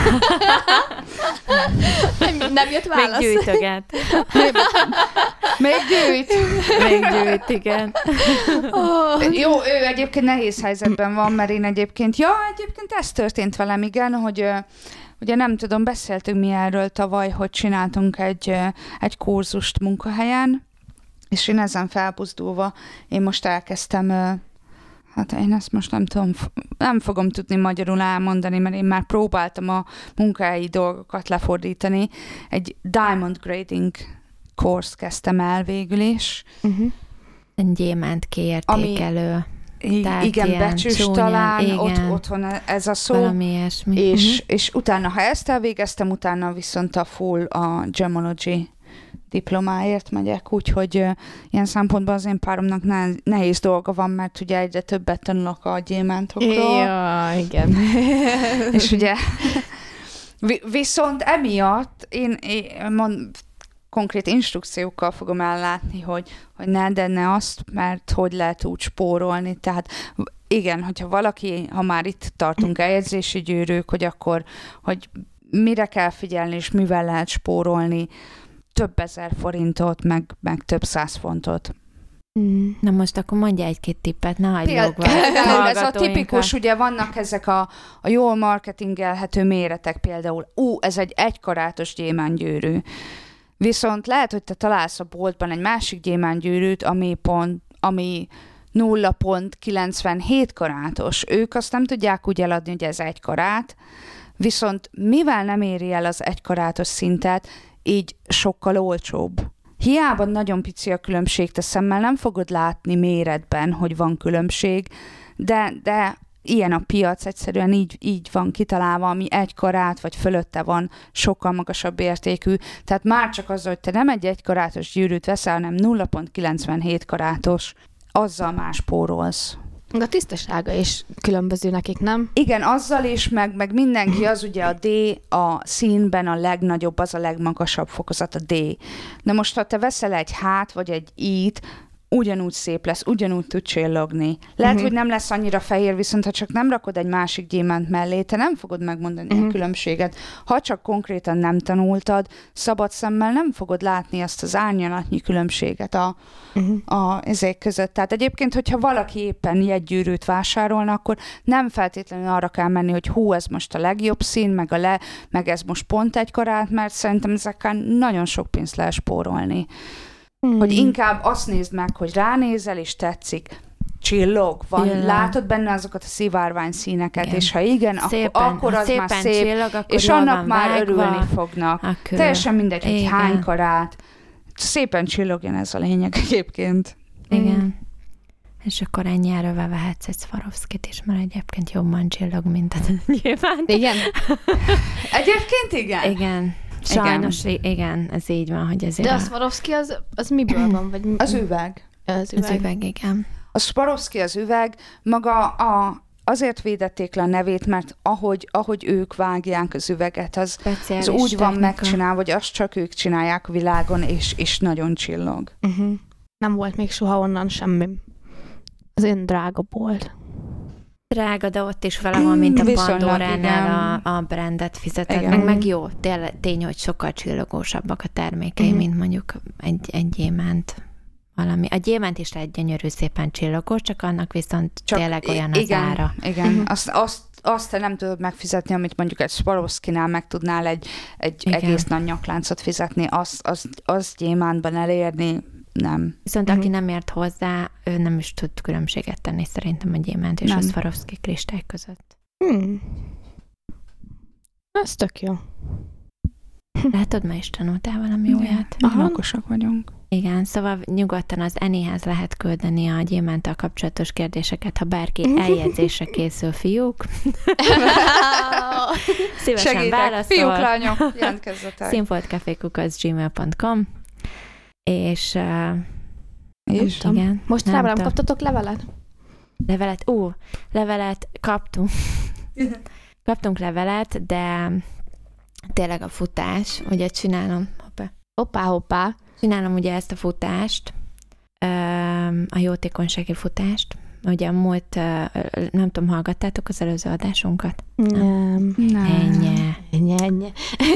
nem, nem jött válasz. Még gyűjtöget. Még gyűjt. Még gyűjt, igen. Oh. Jó, ő egyébként nehéz helyzetben van, mert én egyébként, ja, egyébként ez történt velem, igen, hogy ugye nem tudom, beszéltünk mi erről tavaly, hogy csináltunk egy, egy kurzust munkahelyen, és én ezen felbuzdulva, én most elkezdtem, hát én ezt most nem tudom, nem fogom tudni magyarul elmondani, mert én már próbáltam a munkahelyi dolgokat lefordítani. Egy Diamond Grading course kezdtem el végül is. Uh-huh. Egy gyémánt kiértékelő. Ami, igen, becsüs csúnyán, talán, igen, ott, otthon ez a szó. Valami ilyesmi. És, uh-huh. és utána, ha ezt elvégeztem, utána viszont a full a gemology diplomáért megyek, úgyhogy uh, ilyen szempontból az én páromnak ne- nehéz dolga van, mert ugye egyre többet tanulok a gyémántokról. Ja, igen. És ugye vi- viszont emiatt én, én mond, konkrét instrukciókkal fogom ellátni, hogy, hogy ne, de ne azt, mert hogy lehet úgy spórolni. Tehát igen, hogyha valaki, ha már itt tartunk eljegyzési gyűrűk, hogy akkor, hogy mire kell figyelni, és mivel lehet spórolni, több ezer forintot, meg, meg több száz fontot. Mm. Na most akkor mondja egy-két tippet, ne hagyd logva. Ez a tipikus, ugye vannak ezek a, a jól marketingelhető méretek például. Ú, ez egy egykarátos gyémántgyűrű. Viszont lehet, hogy te találsz a boltban egy másik gyémántgyűrűt, ami pont, ami nulla egész kilencvenhét karátos. Ők azt nem tudják úgy eladni, hogy ez egy karát, viszont mivel nem éri el az egy karátos szintet, így sokkal olcsóbb. Hiába nagyon pici a különbség, te szemmel nem fogod látni méretben, hogy van különbség, de, de ilyen a piac, egyszerűen így, így van kitalálva, ami egy karát vagy fölötte van, sokkal magasabb értékű. Tehát már csak az, hogy te nem egy egy karátos gyűrűt veszel, hanem nulla egész kilencvenhét karátos, azzal más pórolsz. De a tisztasága is különböző nekik, nem? Igen, azzal is, meg, meg mindenki az ugye a D, a színben a legnagyobb, az a legmagasabb fokozat a D. De most, ha te veszel egy hát, vagy egy i-t, ugyanúgy szép lesz, ugyanúgy tud csillogni. Lehet, uh-huh. hogy nem lesz annyira fehér, viszont ha csak nem rakod egy másik gyémánt mellé, te nem fogod megmondani uh-huh. a különbséget. Ha csak konkrétan nem tanultad, szabad szemmel nem fogod látni azt az árnyalatnyi különbséget a, uh-huh. a ezek között. Tehát egyébként, hogyha valaki éppen jegygyűrűt vásárolna, akkor nem feltétlenül arra kell menni, hogy hú, ez most a legjobb szín, meg, a le, meg ez most pont egy karát, mert szerintem ezekkel nagyon sok pénzt lehet spórolni. Hmm. Hogy inkább azt nézd meg, hogy ránézel, és tetszik. Csillog, van, Jön. látod benne azokat a szivárvány színeket, igen. és ha igen, szépen, akkor, akkor az már szép, csillog, akkor és annak már vágva, örülni fognak. Akkor. Teljesen mindegy, hogy igen. hány karát. Szépen csillogjon, ez a lényeg egyébként. Igen. Hmm. És akkor ennyi vehetsz egy Swarovskit is, mert egyébként jobban csillog, mint az nyilván. Igen? Egyébként igen? Igen. Sajnos, igen. igen, ez így van, hogy ezért... De a Swarovski az, az miből van? Vagy mi? Az üveg. Az üveg. Az üveg, igen. A Swarovski az üveg, maga a, azért védették le a nevét, mert ahogy, ahogy ők vágják az üveget, az, az úgy technika. van megcsinálva, hogy azt csak ők csinálják a világon, és, és nagyon csillog. Uh-huh. Nem volt még soha onnan semmi. Az olyan drága bolt. Drága, de ott is vele van, mint a Pandoránál a, a brandet fizeted. Meg, meg jó, tény, hogy sokkal csillogósabbak a termékei, uh-huh. mint mondjuk egy, egy gyémánt valami. A gyémánt is egy gyönyörű, szépen csillogós, csak annak viszont csak tényleg olyan az igen, ára. Igen, uh-huh. azt, azt, azt te nem tudod megfizetni, amit mondjuk egy Swarovskinál meg tudnál egy, egy egész nagy nyakláncot fizetni, azt az, az gyémántban elérni nem. Viszont uh-huh. aki nem ért hozzá, ő nem is tud különbséget tenni szerintem a gyémánt és nem. a Swarovski kristály között. Hmm. Ez tök jó. Látod, ma is tanultál valami olyat? Okosak vagyunk. Igen, szóval nyugodtan az Enihez lehet küldeni a gyémánttal kapcsolatos kérdéseket, ha bárki eljegyzésre készül, fiúk. Szívesen segítek. Válaszol. Fiúk, lányok, jelentkezzetek. színfoltcafé kukac gmail pont com és, uh, és? Igen, most nem, nem kaptatok levelet? Levelet? Ú, levelet kaptunk. Kaptunk levelet, de tényleg a futás, ugye csinálom, hoppá, hoppá, hoppá. Csinálom ugye ezt a futást, a jótékonysági futást. Ugye a múlt, nem tudom, hallgattátok az előző adásunkat? Nem. Nem. Ennyi. Ennyi, ennyi.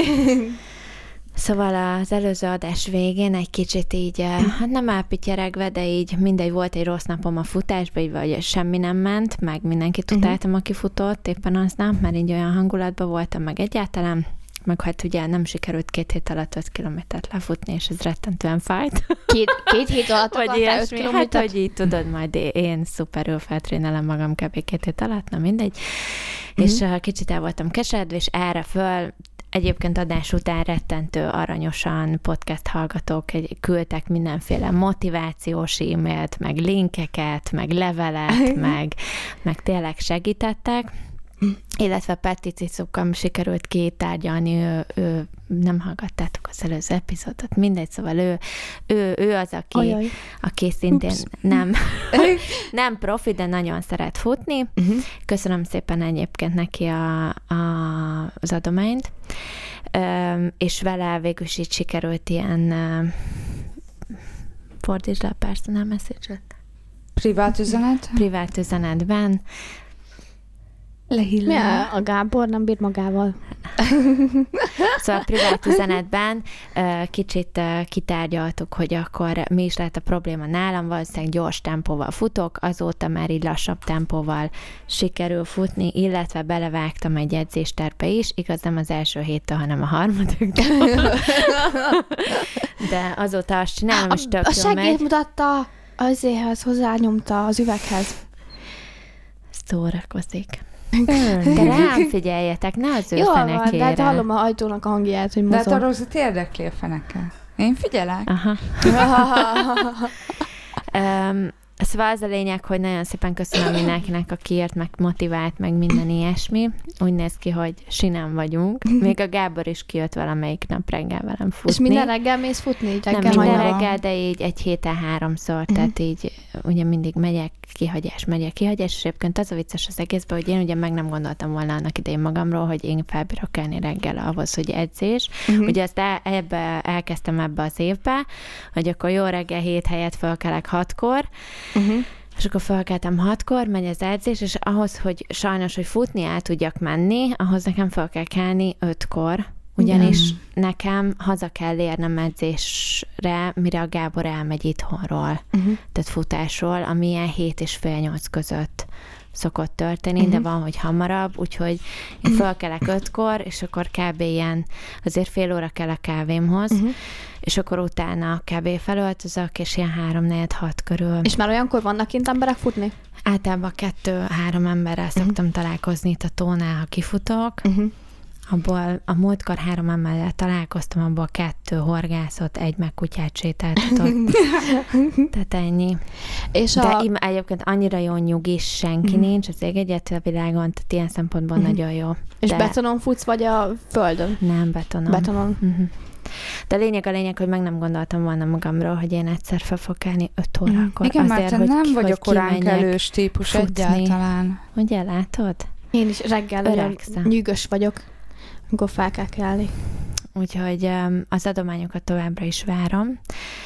Szóval az előző adás végén egy kicsit így, hát nem elpityeregve, de így mindegy, volt egy rossz napom a futásba, így vagy semmi nem ment, meg mindenkit utáltam, aki futott éppen aznap, mert így olyan hangulatban voltam meg egyáltalán, meg hát ugye nem sikerült két hét alatt öt kilométert lefutni, és ez rettentően fájt. Két, két hét alatt vagy ilyesmi. Hát, hogy így tudod, majd én szuperül feltrénelem magam kb. Két hét alatt, na mindegy. Mm-hmm. És uh, kicsit el voltam keseredve, és erre föl egyébként adás után rettentő aranyosan podcast hallgatók egy, küldtek mindenféle motivációs e-mailt, meg linkeket, meg levelet, meg, meg tényleg segítettek. Illetve Peti Cicukkal sikerült kitárgyalni, ő, ő, nem hallgattátok az előző epizódot, mindegy, szóval ő, ő, ő az, aki, aki szintén Ups. nem, nem profi, de nagyon szeret futni. Uh-huh. Köszönöm szépen egyébként neki a, a, az adományt, Üm, és vele végül is így sikerült ilyen uh, fordítsd le a personal message-et. Privát üzenet? Privát üzenetben. Lehillem. Ja, a Gábor nem bír magával. Szóval a privát üzenetben kicsit kitárgyaltuk, hogy akkor mi is lehet a probléma nálam, valószínűleg gyors tempóval futok, azóta már így lassabb tempóval sikerül futni, illetve belevágtam egy edzésterbe is, igaz nem az első héttől, hanem a harmadikból. De azóta azt csinálom, és tök a jól megy. A segéd mutatta azéhez, hozzányomta az üveghez. Szórakozik. De rám figyeljetek, ne az ő jó, fenekére. Jó, de hát hallom a ajtónak a hangját, hogy mozog. De hát a Rózsit érdekli a feneke. Én figyelek. Aha. um, szóval az a lényeg, hogy nagyon szépen köszönöm mindenkinek, aki írt, meg motivált, meg minden ilyesmi. Úgy néz ki, hogy sinem vagyunk. Még a Gábor is kijött valamelyik nap reggel velem futni. És minden reggel mész futni? Így nem minden hajnalom. Reggel, de így egy héten háromszor, uh-huh. tehát így ugye mindig megyek, kihagyás, megyek, kihagyás, és egyébként az a vicces az egészben, hogy én ugye meg nem gondoltam volna annak idején magamról, hogy én felbírok kelni reggel ahhoz, hogy edzés. Uh-huh. Ugye azt el, ebbe, elkezdtem ebbe az évbe, hogy akkor jó reggel hét helyett felkelek hatkor, uh-huh. és akkor felkeltem hatkor, megy az edzés, és ahhoz, hogy sajnos, hogy futni el tudjak menni, ahhoz nekem fel kell kelni ötkor, ugyanis igen. nekem haza kell érnem edzésre, mire a Gábor elmegy itthonról, uh-huh. tehát futásról, ami ilyen hét és fél nyolc között szokott történni, uh-huh. de van, hogy hamarabb, úgyhogy én felkelek ötkor, és akkor kb. Ilyen, azért fél óra kell a kávémhoz, uh-huh. és akkor utána kb. Felöltözök, és ilyen három-négy hat körül. És már olyankor vannak kint emberek futni? Általában kettő-három emberrel uh-huh. szoktam találkozni itt a tónál, ha kifutok. Uh-huh. Abból a múltkor három emberrel találkoztam, abból kettő horgászott, egy meg kutyát sétáltatott. Tehát ennyi. És De a... im, egyébként annyira jó nyugis, senki uh-huh. nincs, az ég egyet a világon, tehát ilyen szempontból uh-huh. nagyon jó. És De... betonon futsz, vagy a földön? Nem, betonon. Betonon. Uh-huh. De a lényeg a lényeg, hogy meg nem gondoltam volna magamról, hogy én egyszer fel fog kelni öt órakor. Igen, azért, mert hogy, nem hogy vagyok korán kelős típus futni. Egyáltalán. Ugye, látod? Én is reggel olyan nyűgös vagyok, amikor fel kell kelni. Úgyhogy az adományokat továbbra is várom.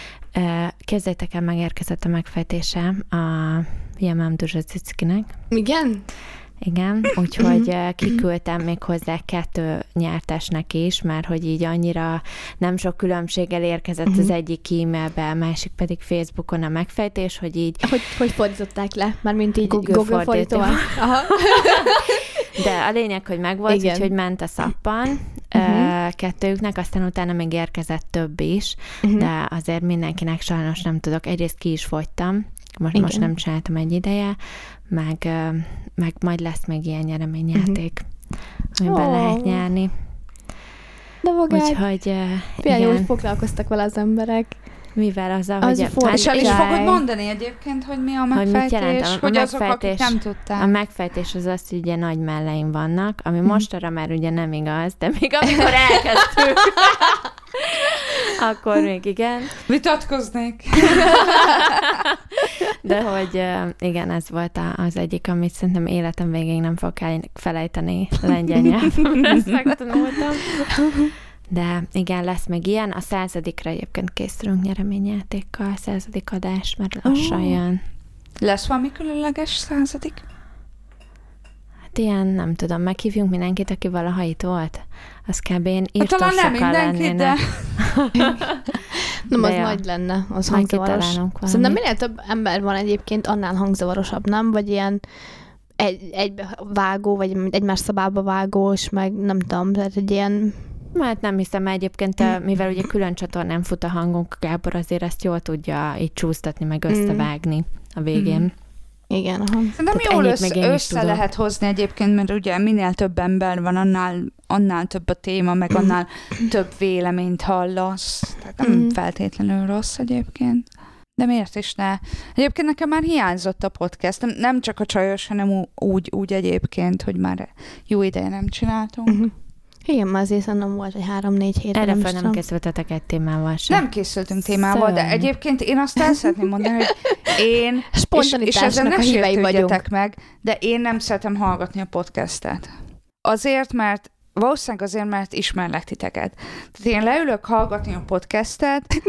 Képzeljétek el, megérkezett a megfejtése a Yamam Duzsacickinek. Igen? Igen, úgyhogy kiküldtem még hozzá kettő nyertesnek is, mert hogy így annyira nem sok különbséggel érkezett uh-huh. az egyik e-mailbe, a másik pedig Facebookon a megfejtés, hogy így... Hogy, hogy fordították le? Már mint így Google, Google fordítóval? Aha. De a lényeg, hogy megvolt, Igen. úgyhogy ment a szappan uh-huh. kettőjüknek, aztán utána még érkezett több is, uh-huh. de azért mindenkinek sajnos nem tudok. Egyrészt ki is fogytam, most, most nem csináltam egy ideje, meg, meg majd lesz még ilyen nyereményjáték, uh-huh. amiben oh. lehet nyerni. De magány. Úgyhogy Például úgy foglalkoztak vele az emberek. Mivel az, az ahogy... A, és el is fogod mondani egyébként, hogy mi a megfejtés, hogy, a, hogy azok, akik nem tudták. A megfejtés az az, hogy ugye nagy melleim vannak, ami hmm. mostanra már ugye nem igaz, de még amikor elkezdtük, akkor még igen. Vitatkoznék. De hogy igen, ez volt az egyik, amit szerintem életem végéig nem fog felejteni lengyel nyelven, ezt megtanultam. De igen, lesz még ilyen. A századikra egyébként készülünk nyereményjátékkal, a századik adás, mert lassan oh. jön. Lesz valami különleges századik? Hát ilyen, nem tudom, meghívjunk mindenkit, aki valaha itt volt. Az kb. Én írtom hát, sokan nem mindenki, de... Nem, az ja. nagy lenne, az hangzavaros. Szerintem minél több ember van egyébként, annál hangzavarosabb, nem? Vagy ilyen egy, egybevágó, vagy egymás szabába vágós, meg nem tudom, tehát egy ilyen... Hát nem hiszem, mert egyébként, mivel ugye külön csatornán fut a hangunk, Gábor azért ezt jól tudja így csúsztatni, meg összevágni a végén. Mm. Igen, aha. Szerintem jól össze, össze lehet hozni egyébként, mert ugye minél több ember van, annál, annál több a téma, meg annál több véleményt hallasz. Tehát nem mm. feltétlenül rossz egyébként. De miért is ne? Egyébként nekem már hiányzott a podcast. Nem, nem csak a csajos, hanem úgy, úgy egyébként, hogy már jó ideje nem csináltunk. Mm-hmm. Igen, már azért nem volt, hogy három-négy hétre. Erre fel nem készültetek egy témával sem. Nem készültünk témával, Szörny. De egyébként én azt el szeretném mondani, hogy én, és, és ezen ne sértődjetek meg, de én nem szeretem hallgatni a podcastet. Azért, mert valószínűleg azért, mert ismerlek titeket. Tehát én leülök hallgatni a podcastet,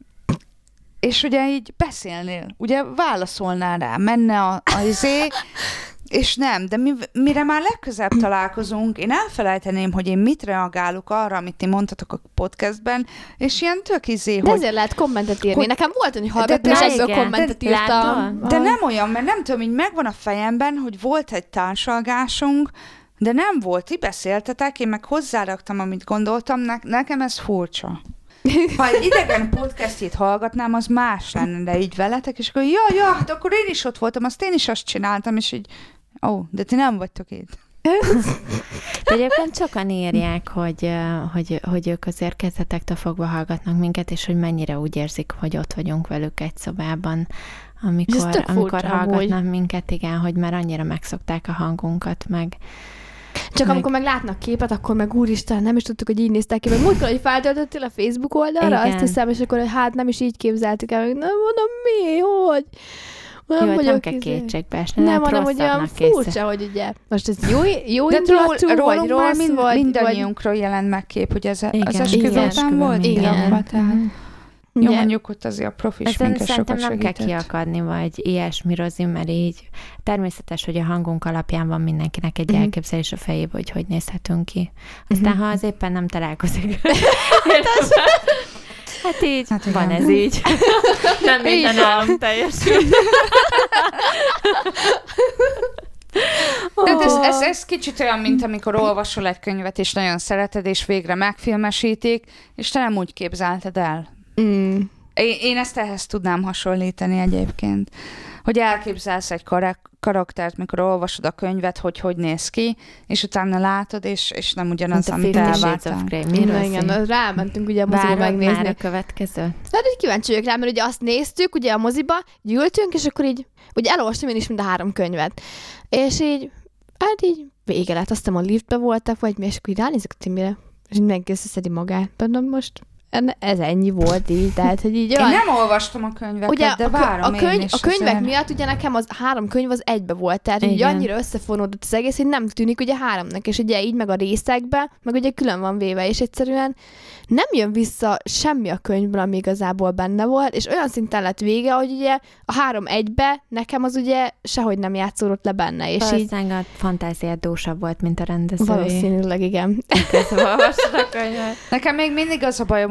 és ugye így beszélnél, ugye válaszolnál rá, menne a, a izé, és nem, de mi, mire már legközelebb találkozunk, én elfelejteném, hogy én mit reagálok arra, amit ti mondtatok a podcastben, és ilyen tök izé, de hogy... ezért lehet kommentet írni. Hogy, nekem volt, hogy hallgattam, és ebből kommentet de, írtam. De nem olyan, mert nem tudom, így megvan a fejemben, hogy volt egy társalgásunk, de nem volt, ti beszéltetek, én meg hozzáraktam, amit gondoltam, ne, nekem ez furcsa. Ha egy idegen podcastjét hallgatnám, az más lenne, de így veletek, és akkor ja, ja, hát akkor én is ott voltam, azt én is azt csináltam, és így, ó, oh, de ti nem vagytok itt. De egyébként sokan írják, hogy, hogy, hogy ők azért kezdetektől fogva hallgatnak minket, és hogy mennyire úgy érzik, hogy ott vagyunk velük egy szobában, amikor, amikor hallgatnak amúgy. minket, igen, hogy már annyira megszokták a hangunkat, meg Csak meg... amikor meg látnak képet, akkor meg úristen, nem is tudtuk, hogy így néztek ki. Meg múltkor, hogy feltöltöttél a Facebook oldalra, igen. Azt hiszem, és akkor, hogy hát nem is így képzeltük el, meg nem mondom, mi, hogy? Nem, jó, nem kell kétségbe esni, nem, hanem, hogy olyan furcsa, hogy ugye, most ez jó, jó indulatú, vagy rossz, mind, vagy... mindannyiunkról jelent meg kép, hogy ez igen, az esküvőben volt? Igen. igen. Jó, mondjuk ott azért a profi sminkes sokat nem segített. kell kiakadni, vagy ilyesmi, Rozi, mert így természetes, hogy a hangunk alapján van mindenkinek egy mm. elképzelés a fejében, hogy hogy nézhetünk ki. Aztán, mm-hmm. ha az éppen nem találkozik. Hát így, hát van ez így. Nem minden állam teljesül. De ez, ez, ez kicsit olyan, mint amikor olvasol egy könyvet, és nagyon szereted, és végre megfilmesítik, és te nem úgy képzelted el. Mm. Én, én ezt ehhez tudnám hasonlítani egyébként. Hogy elképzelsz egy karak- karaktert, mikor olvasod a könyvet, hogy hogy néz ki, és utána látod, és, és nem ugyanaz, amit elvártál. Igen, igen, rámentünk ugye a moziba megnézni. Már a következő? Hát így kíváncsi vagyok rá, mert ugye azt néztük ugye a moziba, gyűltünk, és akkor így, ugye elolvastam én is mind a három könyvet. És így, hát így vége lett, aztán a liftbe voltak, vagy mi, és akkor így ránézek a Timire, és mindenki összeszedi magát. Mondom, most ez ennyi volt így, tehát, hogy így... Én olyan... nem olvastam a könyveket, ugye, de várom a, könyv, én is a könyvek azért. miatt ugye nekem az három könyv az egybe volt, tehát így annyira összefonódott az egész, hogy nem tűnik ugye háromnak, és ugye így meg a részekbe, meg ugye külön van véve, és egyszerűen nem jön vissza semmi a könyvből, ami igazából benne volt, és olyan szinten lett vége, hogy ugye a három egybe nekem az ugye sehogy nem játszódott le benne, és így... a fantáziát dúsabb volt, mint a rendezői. Valószínűleg, igen. Nekem még mindig az a bajom,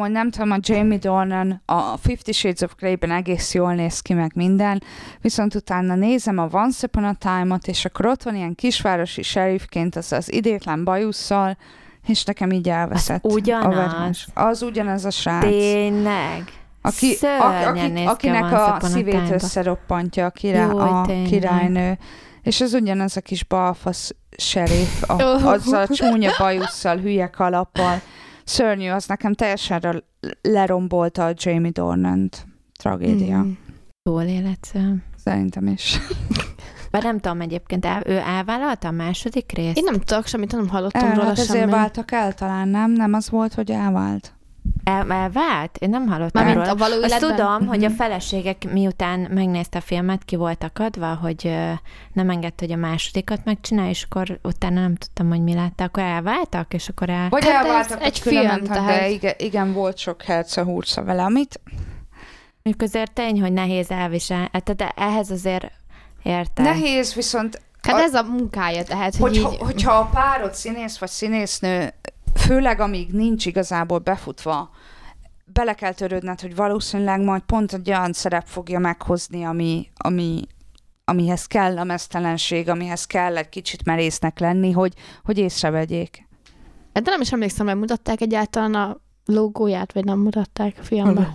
amúgy nem tudom, a Jamie Dornan a Fifty Shades of Grey-ben egész jól néz ki meg minden, viszont utána nézem a Once Upon a Time-ot, és akkor ott van ilyen kisvárosi sheriffként az az idétlen bajusszal, és nekem így elveszett. Az ugyanaz. A az ugyanaz a srác. Tényleg. Aki, a, aki, akinek a szívét összeroppantja a, kirá, Jó, a királynő. És az ugyanaz a kis balfasz sheriff, a, oh. azzal a csúnya bajusszal, hülye kalappal. Szörnyű, az nekem teljesen lerombolta a Jamie Dornant. Tragédia. Mm. Jól életszem. Szerintem is. Bár nem tudom egyébként, el, ő elvállalta a második részt? Én nem tudok semmit, nem hallottam el, róla hát semmit. Ezért váltak el talán, nem? Nem az volt, hogy elvált. El, elvált? Én nem hallottam róla. A való Azt tudom, mm-hmm. hogy a feleségek miután megnézte a filmet, ki voltak adva, hogy uh, nem engedte, hogy a másodikat megcsinálja, és akkor utána nem tudtam, hogy mi látta. Akkor elváltak, és akkor el... Vagy hát elváltak, egy film, tehát... de igen, igen, volt sok herca-hurca vele, amit... Mondjuk azért tény, hogy nehéz elviselni. De ehhez azért értem. Nehéz, viszont... Hát a... ez a munkája, tehát, hogy hogy így... Hogyha a párod színész vagy színésznő, főleg amíg nincs igazából befutva, bele kell törődned, hogy valószínűleg majd pont egy olyan szerep fogja meghozni, ami, ami, amihez kell a meztelenség, amihez kell egy kicsit merésznek lenni, hogy, hogy észrevegyék. De nem is emlékszem, hogy mutatták egyáltalán a logóját, vagy nem mutatták a filmben.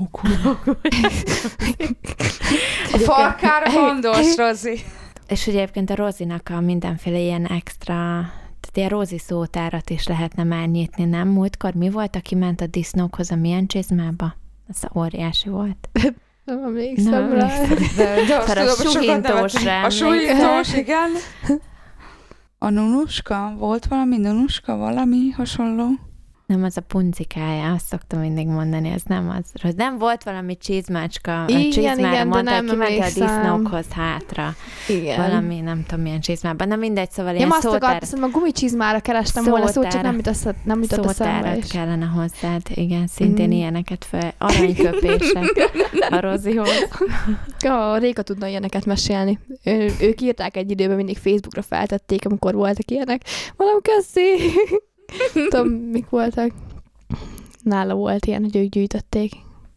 A farkára gondolsz, Rozi. És ugye egyébként a Rozinak a mindenféle ilyen extra, tehát ilyen Rozi szótárat is lehetne már nyitni, nem? Múltkor mi volt, aki ment a disznókhoz a milyen csizmába? Az óriási volt. Nem emlékszem rá. De, de azt tudom, a suhintós rá. A suhintós, igen. A nunuska? Volt valami nunuska? Valami hasonló? Nem, az a puncikája, azt szoktam mindig mondani, ez nem az. Nem volt valami csizmácska, igen, csizmára igen, mondta, nem ki ment a emlékszem. disznókhoz hátra. Igen. Valami, nem tudom milyen csizmában. Na mindegy, szóval ilyen ja, azt szótár... akartam, a gumicsizmára kerestem volna szót, csak nem jutott, nem jutott eszembe is. kellene hozzád, igen, szintén mm. ilyeneket fel. Aranyköpések a Rozihoz. Ja, Réka tudna ilyeneket mesélni. Ő, ők írták egy időben, mindig Facebookra feltették, amikor voltak ilyenek. Valami köszi! Tudom, mik voltak. Nála volt ilyen, hogy ők gyűjtötték.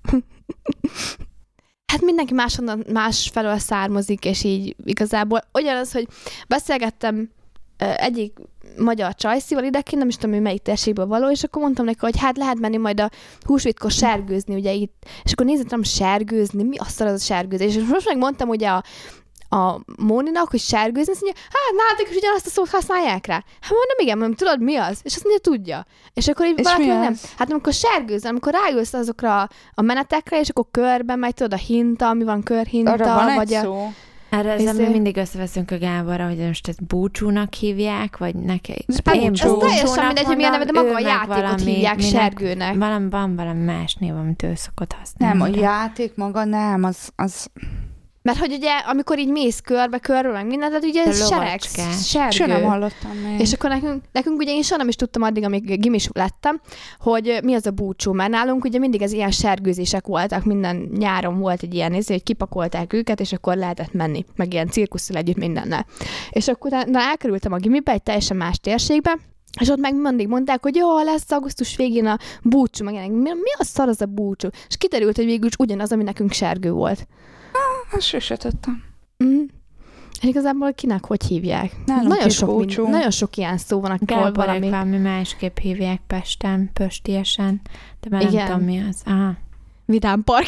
Hát mindenki máshonnan, más felől származik, és így igazából ugyanaz, hogy beszélgettem egyik magyar csajszival idekén, nem is tudom, hogy melyik térségből való, és akkor mondtam neki, hogy hát lehet menni majd a húsvétkor sárgőzni, ugye itt, és akkor néztem, sárgőzni, mi azt az a sárgőzés, és most megmondtam ugye a a Móninak, hogy sárgőzni, azt mondja, hát nálatok is ugyanazt a szót használják rá. Hát mondom, igen, mondom, tudod, mi az? És azt mondja, tudja. És akkor így valaki nem. Hát amikor sárgőzni, amikor ráülsz azokra a menetekre, és akkor körben megy, tudod, a hinta, ami van körhinta. Arra van vagy egy a... szó. Erre ezzel mi mindig összeveszünk a Gáborra, hogy most ezt búcsúnak hívják, vagy neki... Ez én teljesen mindegy, hogy milyen neve, de maga a játékot valami, hívják minek, sárgőnek. Valami, van valami más név, amit ő szokott használni. Nem, a játék maga nem, az... az... Mert hogy ugye, amikor így mész körbe, körbe, meg minden, tehát ugye ez sereg, sergő. Soha nem hallottam még. És akkor nekünk, nekünk ugye én soha nem is tudtam addig, amíg gimis lettem, hogy mi az a búcsú, mert nálunk ugye mindig ez ilyen sergőzések voltak, minden nyáron volt egy ilyen néző, hogy kipakolták őket, és akkor lehetett menni, meg ilyen cirkusszal együtt mindennel. És akkor na, elkerültem a gimibe, egy teljesen más térségbe, és ott meg mindig mondták, hogy jó, lesz augusztus végén a búcsú, meg mi, mi a szar az a búcsú? És kiderült, hogy végül is ugyanaz, ami nekünk sergő volt. Ah, sose tudtam. Mm. És igazából kinek hogy hívják? Nagyon sok, mind, nagyon sok ilyen szó van, akkor valami... valami másképp hívják Pesten, pöstiesen, de már igen. nem tudom, mi az. Aha. Vidám Park.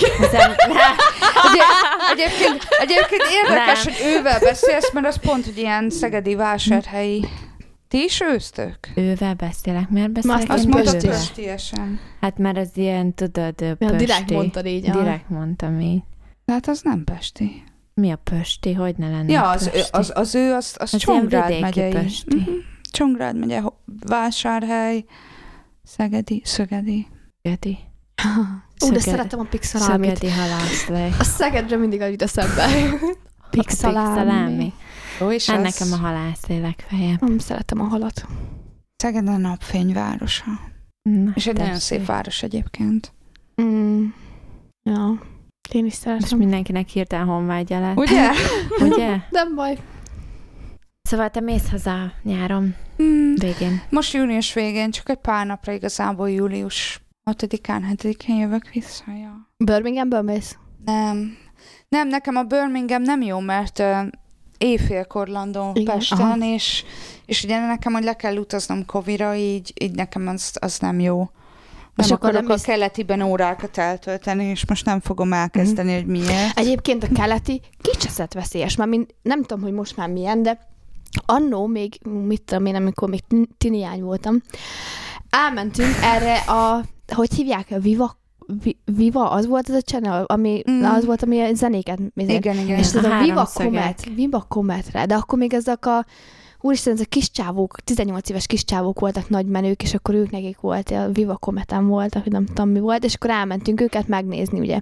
egyébként, egyébként érdekes, nem. hogy ővel beszélsz, mert az pont, hogy ilyen szegedi vásárhelyi. Ti is ősztök? Ővel beszélek, miért beszélek? Azt mondtad pöstiesen. Hát mert az ilyen, tudod, pösti. Ja, direkt mondtad így. Direkt mondtam így. Hát az nem pesti. Mi a pösti? Hogy ne lenne ja, az, pösti? az, az ő, az, az, az Csongrád megyei. Pösti. Mm-hmm. Csongrád megye, Vásárhely, Szegedi, Szögedi. Szögedi. Ú, de szeretem a pixalámit. Szögedi halászlé. A Szegedre mindig jut eszembe. Pixalámi. Ó, és hát az... nekem a halászlé legfeljebb. Nem szeretem a halat. Szeged a napfényvárosa. Na, és egy nagyon szép város egyébként. Mm. Ja. Én is szeretem. És mindenkinek hirtelen honvágya lett. Ugye? Ugye? Nem baj. Szóval te mész haza nyáron mm. végén. Most június végén, csak egy pár napra igazából július hatodikán, hetedikén jövök vissza, ja. Birminghamből mész? Nem. Nem, nekem a Birmingham nem jó, mert uh, éjfélkor landol Pesten, és, és ugye nekem, hogy le kell utaznom Kovira, így, így nekem az, az nem jó. Nem és akarok nem a keletiben órákat eltölteni, és most nem fogom elkezdeni, mm. hogy miért. Egyébként a keleti kicseszett veszélyes, már mind, nem tudom, hogy most már milyen, de annó még, mit tudom én, amikor még tiniány voltam, elmentünk erre a, hogy hívják, a Viva, Viva, az volt az a channel, ami, mm. az volt, ami a zenéket, igen, igen. és ez a, a Viva Comet, Viva Cometre, de akkor még ezek a, úristen, ezek a kis csávók, tizennyolc éves kis csávók voltak nagy menők, és akkor ők nekik volt, a Viva Cometen voltak, hogy nem tudom mi volt, és akkor elmentünk őket megnézni, ugye.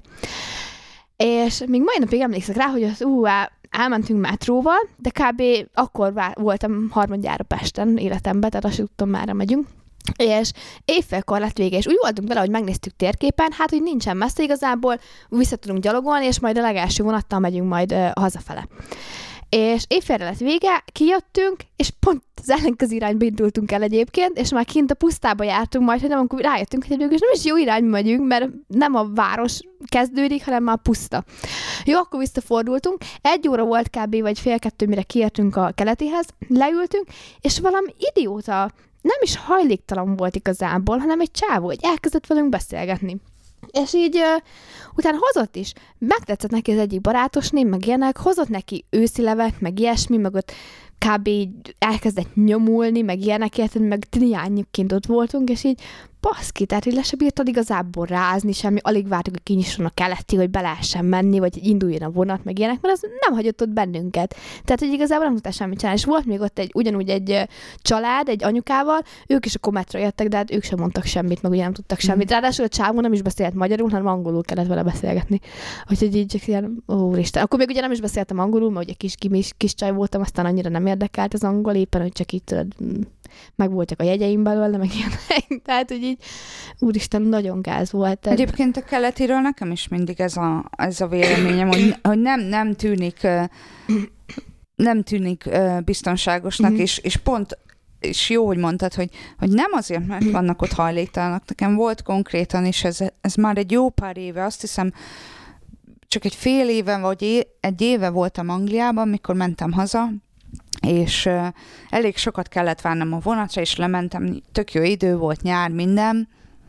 És még mai napig emlékszek rá, hogy az ú, elmentünk metróval, de kb. Akkor voltam harmadjára Pesten életemben, tehát azt tudtam, merre megyünk. És éjfélkor lett vége, és úgy voltunk vele, hogy megnéztük térképen, hát, hogy nincsen messze igazából, vissza tudunk gyalogolni, és majd a legelső vonattal megyünk majd uh, hazafele. És éjfélre lett vége, kijöttünk, és pont az ellenkező irányba indultunk el egyébként, és már kint a pusztába jártunk majd, hogy nem, amikor rájöttünk, hogy és nem is jó irányba megyünk, mert nem a város kezdődik, hanem már puszta. Jó, akkor visszafordultunk, egy óra volt kb. Vagy fél kettő, mire kiértünk a keletihez, leültünk, és valami idióta, nem is hajléktalan volt igazából, hanem egy csávó, hogy elkezdett velünk beszélgetni. És így uh, utána hozott is, megtetszett neki az egyik barátosném, meg ilyenek, hozott neki őszilevet, meg ilyesmi, meg ott kb. Így elkezdett nyomulni, meg ilyenek, érted, meg triányokként ott voltunk, és így baszki, tehát így le se bírtad igazából rázni semmi, alig vártuk, hogy kinyisson a keleti, hogy be lehessen menni, vagy hogy induljon a vonat, meg ilyenek, mert az nem hagyott ott bennünket. Tehát, hogy igazából nem tudtál semmit csinálni. És volt még ott egy, ugyanúgy egy család, egy anyukával, ők is a Cometra jöttek, de hát ők sem mondtak semmit, meg ugye nem tudtak semmit. Ráadásul a csávó nem is beszélt magyarul, hanem angolul kellett vele beszélgetni. Úgyhogy így csak ilyen, úristen. Akkor még ugye nem is beszéltem angolul, mert ugye kis, kis, kis csaj voltam, aztán annyira nem érdekelt az angol, éppen, hogy csak így tudod, meg voltak a jegyeim belőle, meg ilyenek. Tehát, hogy így, úristen, nagyon gáz volt. Egyébként a keletiről nekem is mindig ez a, ez a véleményem, hogy, hogy nem, nem tűnik nem tűnik biztonságosnak, mm-hmm. és, és pont, és jó, hogy mondtad, hogy, hogy nem azért, mert vannak ott hajléktalanok. Nekem volt konkrétan, és ez, ez már egy jó pár éve, azt hiszem, csak egy fél éve, vagy egy éve voltam Angliában, amikor mentem haza, és uh, elég sokat kellett várnom a vonatra, és lementem, tök jó idő volt, nyár, minden,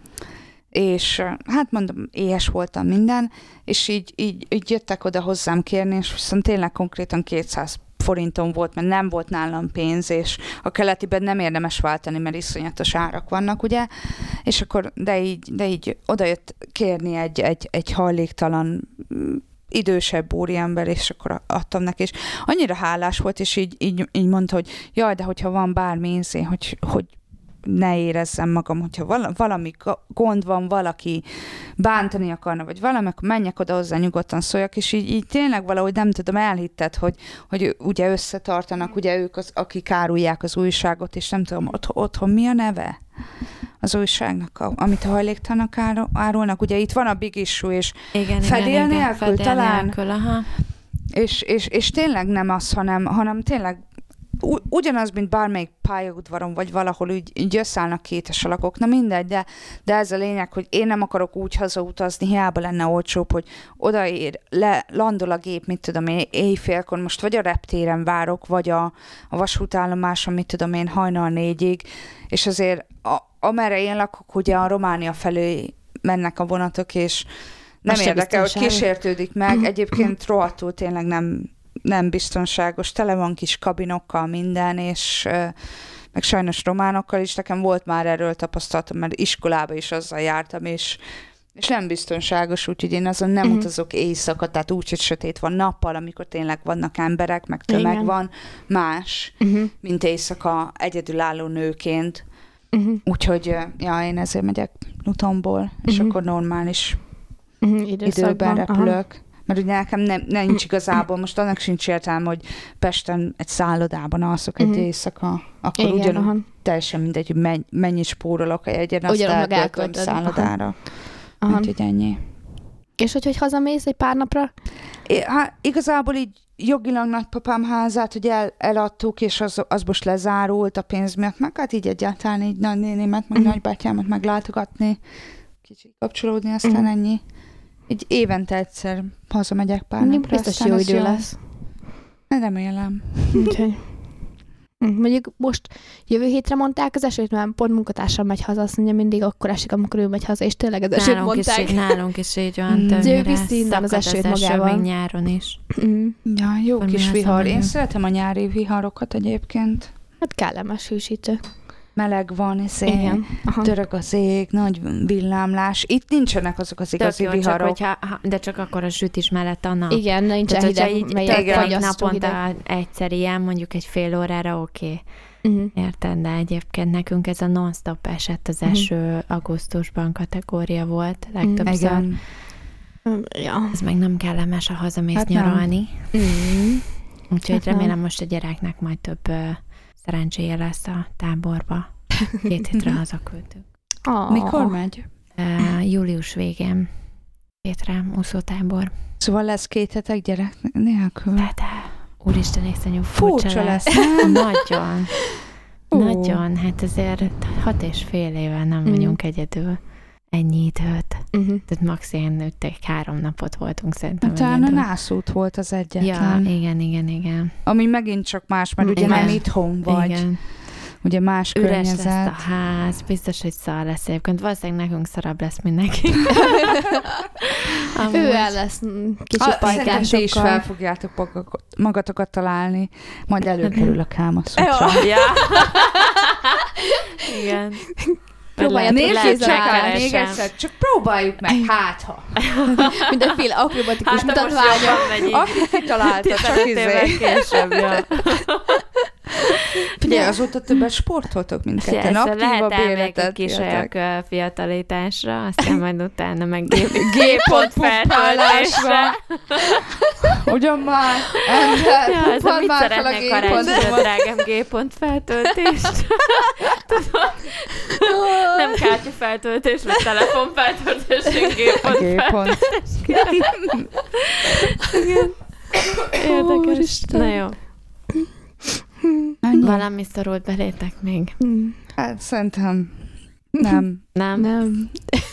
és uh, hát mondom, éhes voltam minden, és így, így, így jöttek oda hozzám kérni, és viszont tényleg konkrétan kétszáz forintom volt, mert nem volt nálam pénz, és a keletiben nem érdemes váltani, mert iszonyatos árak vannak, ugye, és akkor, de így, de így oda jött kérni egy, egy, egy hajléktalan idősebb úriember, és akkor adtam neki, és annyira hálás volt, és így, így, így mondta, hogy jaj, de hogyha van bármi ízé, hogy, hogy ne érezzem magam, hogyha valami gond van, valaki bántani akarna, vagy valami, akkor menjek oda hozzá, nyugodtan szóljak, és így, így tényleg valahogy nem tudom, elhitted, hogy, hogy ugye összetartanak, ugye ők, az, akik árulják az újságot, és nem tudom, ott, otthon mi a neve az újságnak, a, amit a hajléktalanok árulnak. Ugye itt van a Big Issue, és igen, fedél igen, nélkül fedél talán. Nélkül, aha. És, és, és tényleg nem az, hanem, hanem tényleg ugyanaz, mint bármelyik pályaudvaron, vagy valahol úgy, úgy összeállnak kétes alakok, na mindegy, de, de ez a lényeg, hogy én nem akarok úgy hazautazni, hiába lenne olcsóbb, hogy odaér, le, landol a gép, mit tudom én, éjfélkor, most vagy a reptéren várok, vagy a, a vasútállomáson, mit tudom én, hajnal négyig, és azért a, amerre én lakok, ugye a Románia felé mennek a vonatok, és nem most érdekel, hogy kísértődik meg, egyébként rohadtul tényleg nem nem biztonságos, tele van kis kabinokkal minden, és uh, meg sajnos románokkal is. Nekem volt már erről tapasztalatom, mert iskolába is azzal jártam, és, és nem biztonságos, úgyhogy én azon nem uh-huh. utazok éjszaka, tehát úgy, hogy sötét van nappal, amikor tényleg vannak emberek, meg tömeg igen. van, más, uh-huh. mint éjszaka egyedülálló nőként. Uh-huh. Úgyhogy uh, ja, én ezért megyek Lutonból, uh-huh. és akkor normális uh-huh. időben repülök. Aha. Mert ugye nekem nem, nem nincs igazából, most annak sincs értelme, hogy Pesten egy szállodában alszok egy mm. éjszaka, akkor igen, ugyanúgy aha. teljesen mindegy, hogy menny, mennyi spórolok a jegyen, azt elköltöm szállodára. Úgyhogy ennyi. És hogy, hogy hazamész egy pár napra? É, hát igazából így jogilag nagypapám házát, hogy el, eladtuk, és az, az most lezárult a pénz miatt, meg hát így egyáltalán így nagynénémet, meg mm. nagybátyámat meglátogatni. kicsit kapcsolódni, aztán mm. ennyi. Így évente egyszer hazamegyek pár napra. Biztos jó idő lesz. Remélem. Okay. Mondjuk most jövő hétre mondták az esőt, mert pont munkatársam megy haza, azt mondja, mindig akkor esik, amikor ő megy haza, és tényleg az esőt nálunk mondták. Is így, nálunk is így van többnyire. Ő viszi innen az esőt az magával. eső, még nyáron is. Mm. Ja, jó Akkor kis vihar. Én vagyunk. szeretem a nyári viharokat egyébként. Hát kellemes, hűsítő. Meleg van, szél, Igen. Aha. török az ég, nagy villámlás. Itt nincsenek azok az igazi Tök jó, csak, viharok. hogyha, ha, de csak akkor a sütés mellett a nap. Igen, nincs a Tehát, hogyha hideg, így melyek tényleg fagyasztó naponta hideg. egyszer ilyen, mondjuk egy fél órára oké. Okay. Uh-huh. Érted? De egyébként nekünk ez a non-stop esett az első uh-huh. augusztusban kategória volt legtöbbször. Igen. Ja. Ez meg nem kellemes, ha hazamész Hát nyaralni. Mm. Úgyhogy Hát remélem nem. most a gyereknek majd több uh, szerencséje lesz a táborba. Két hétre hazaküldtük. Oh. Mikor megy? Uh, július végén. Hétre úszótábor. Szóval lesz két hetek gyerek nélkül. De, de, úristen, iszonyú Furcsa furcsa lesz, lesz. nem? Nagyon. Ó. Nagyon. Hát azért hat és fél éve nem Mm. vagyunk egyedül. Ennyi időt. Uh-huh. Tehát max. Én egy három napot voltunk szerintem Talán a egyedül. nászút volt az Ja, egyetlen. igen, igen, igen. Ami megint csak más, mert ugye Igen. nem itthon vagy. Igen. Ugye más Üres környezet. lesz a ház, biztos, hogy szar lesz egyébként. Valószínűleg nekünk szarabb lesz mindenki. Ő el lesz mm, kicsit Ah, szerintem ti is pajkásokkal. fel fogjátok magak- magatokat találni, majd előkerül a kámaszutra. Ja. Igen. Próbáljátok Lehet, Nézzük lehet, csak át, keresem. még egyszer, csak próbáljuk meg, hát ha. Mindenféle akrobatikus Hát, de most mutatványok. jobban megy így. Aki kitalálta, csak tizenöt évvel izé. később, ja. Ugye azóta többet sportoltok, mint ketten. Persze, Aktívabb lehet elmegyek egy életet kis éltek. olyan fiatalításra, aztán majd utána meg gép, Gépont feltöltésre. Ugyan már, ember, Ja, ez a puffad mit már fel a szeretnék karácsonyra, géppontomat. drágám, gépont feltöltést. Tudom, nem kártyafeltöltés, vagy telefonfeltöltés, gépont Gépont. feltöltés. Igen. Érdekes. Úristen. Na jó. Annyi. Valami szorult belétek még? Mm. Hát szerintem nem. Nem? Nem.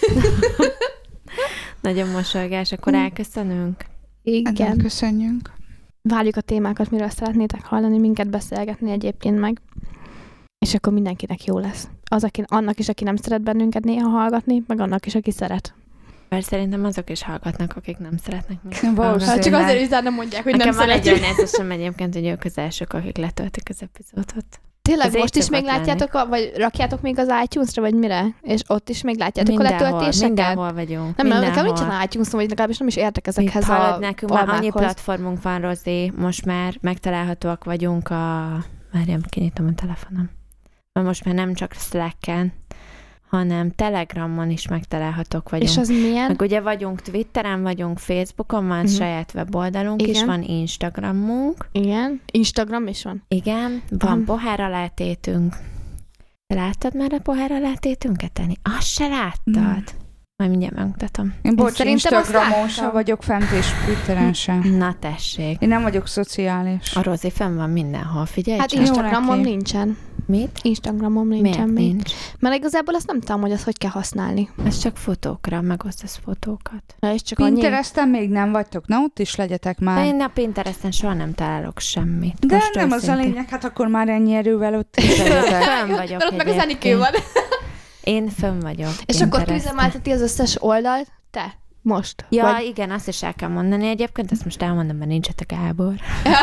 Nagyon mosolygás, akkor elköszönünk? Igen. Igen. Köszönjünk. Várjuk a témákat, miről szeretnétek hallani, minket beszélgetni egyébként meg. És akkor mindenkinek jó lesz. Az, aki, annak is, aki nem szeret bennünket néha hallgatni, meg annak is, aki szeret. Mert szerintem azok is hallgatnak, akik nem szeretnek még. Valószínűleg. Hát csak azért is nem mondják, hogy Nekem nem van egy szeretjük. olyan érzésem egyébként, hogy ők az elsők, akik letöltik az epizódot. Tényleg Azért most is még szokott látjátok, a, vagy rakjátok még az iTunes-ra, vagy mire? És ott is még látjátok a Mindenhol, letöltéseket? mindenhol vagyunk. Nem, mert nekem mindenhol. nincsen iTunes, vagy legalábbis nem is értek ezekhez Mit a hallod, nekünk már annyi almákhoz. platformunk van, Rozi, most már megtalálhatóak vagyunk a... Várjam, kinyitom a telefonom. Mert most már nem csak Slacken, hanem Telegramon is megtalálhatók vagyunk. És az milyen? Meg ugye vagyunk Twitteren, vagyunk Facebookon, van Uh-huh. saját weboldalunk Igen. is, van Instagramunk. Igen. Instagram is van. Igen, van Aha. pohár alátétünk. Te láttad már a pohár alátétünket, Eni? Azt se láttad? Mm. Majd mindjárt megmutatom. Én bocs, Szerintem azt Instagramon sem láttam. vagyok fent, és Twitteren sem. Na tessék. Én nem vagyok szociális. A Rozi fenn van mindenhol, figyelj Hát csak. Instagramon neki. nincsen. Mit? Instagramon Miért nincsen még. nincs? Mert igazából azt nem tudom, hogy azt hogy kell használni. Ez csak fotókra, megosztasz fotókat. Na, és csak annyi. Pinteresten még nem vagytok, na ott is legyetek De már. én a Pinteresten soha nem találok semmit. De Most nem az a őszintén. lényeg, hát akkor már ennyi erővel ott is legyetek. Fönn vagyok Mert ott meg az egyébként. Enikő van. Én fönn vagyok. És akkor Pinteresten. tüzemelteti az összes oldalt? Te? Most? Ja, Vagy... igen, azt is el kell mondani egyébként, ezt most elmondom, mert nincs itt a Gábor.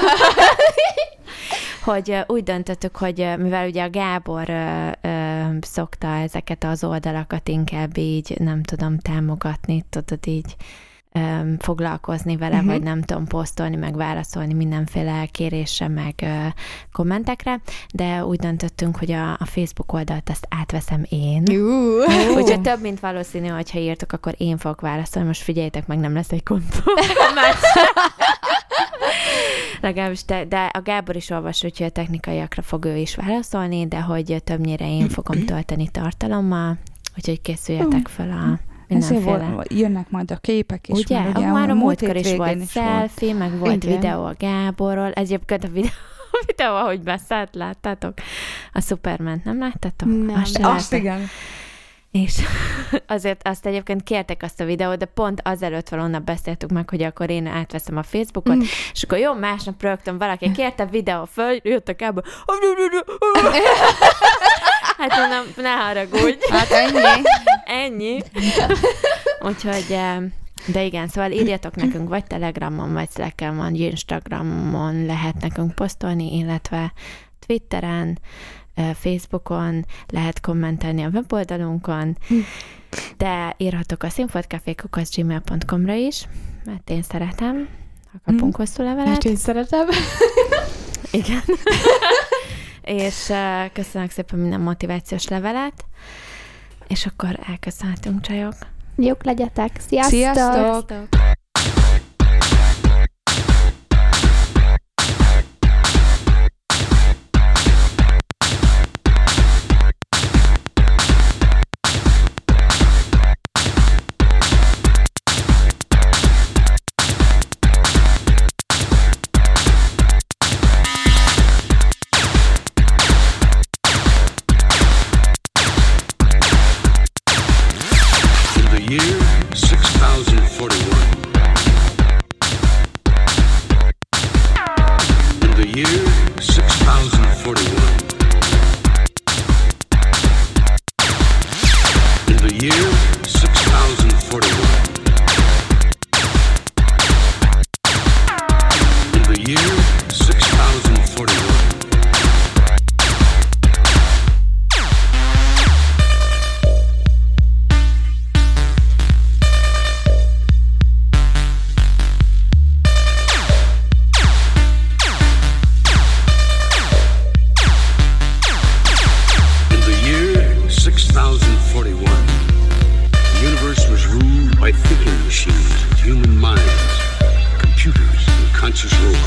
hogy uh, úgy döntöttük, hogy uh, mivel ugye a Gábor uh, uh, szokta ezeket az oldalakat inkább így, nem tudom, támogatni, tudod így um, foglalkozni vele, Uh-huh. vagy nem tudom, posztolni, meg válaszolni mindenféle kérésre, meg uh, kommentekre, de úgy döntöttünk, hogy a, a Facebook oldalt ezt átveszem én. Uh. Úgyhogy több, mint valószínű, hogyha írtok, akkor én fogok válaszolni. Most figyeljétek meg, nem lesz egy kontó. Legalábbis te, de a Gábor is olvas, úgyhogy a technikaiakra fog ő is válaszolni, de hogy többnyire én fogom tölteni tartalommal, úgyhogy készüljetek fel a Ezért mindenféle. vol- jönnek majd a képek is. Ugye? mert Ugye? Már a múltkor is hétvégén volt selfie, meg volt Igen. videó a Gáborról. Egyébként a videó, a videó ahogy beszállt, láttátok? A Superman nem láttátok? Nem. Azt se Azt láttátok? igen. És azért azt egyébként kértek azt a videót, de pont azelőtt valónap beszéltük meg, hogy akkor én átveszem a Facebookot, mm. és akkor jó, másnap rögtön valaki kérte, videó föl, jöttek ebbe, hát mondom, ne haragudj. Hát ennyi. Ennyi. Úgyhogy, de igen, szóval írjatok nekünk, vagy Telegramon, vagy Slacken, vagy Instagramon lehet nekünk posztolni, illetve Twitteren, Facebookon, lehet kommentelni a weboldalunkon, de írhatok a színfoltcafé kukac gmail pont com-ra is, mert én szeretem, ha kapunk hmm. hosszú levelet. Mert én szeretem. Igen. És uh, köszönök szépen minden motivációs levelet, és akkor elköszönhetünk, csajok. Jók legyetek. Sziasztok! Sziasztok! Sziasztok. Human minds, computers, and conscious robots.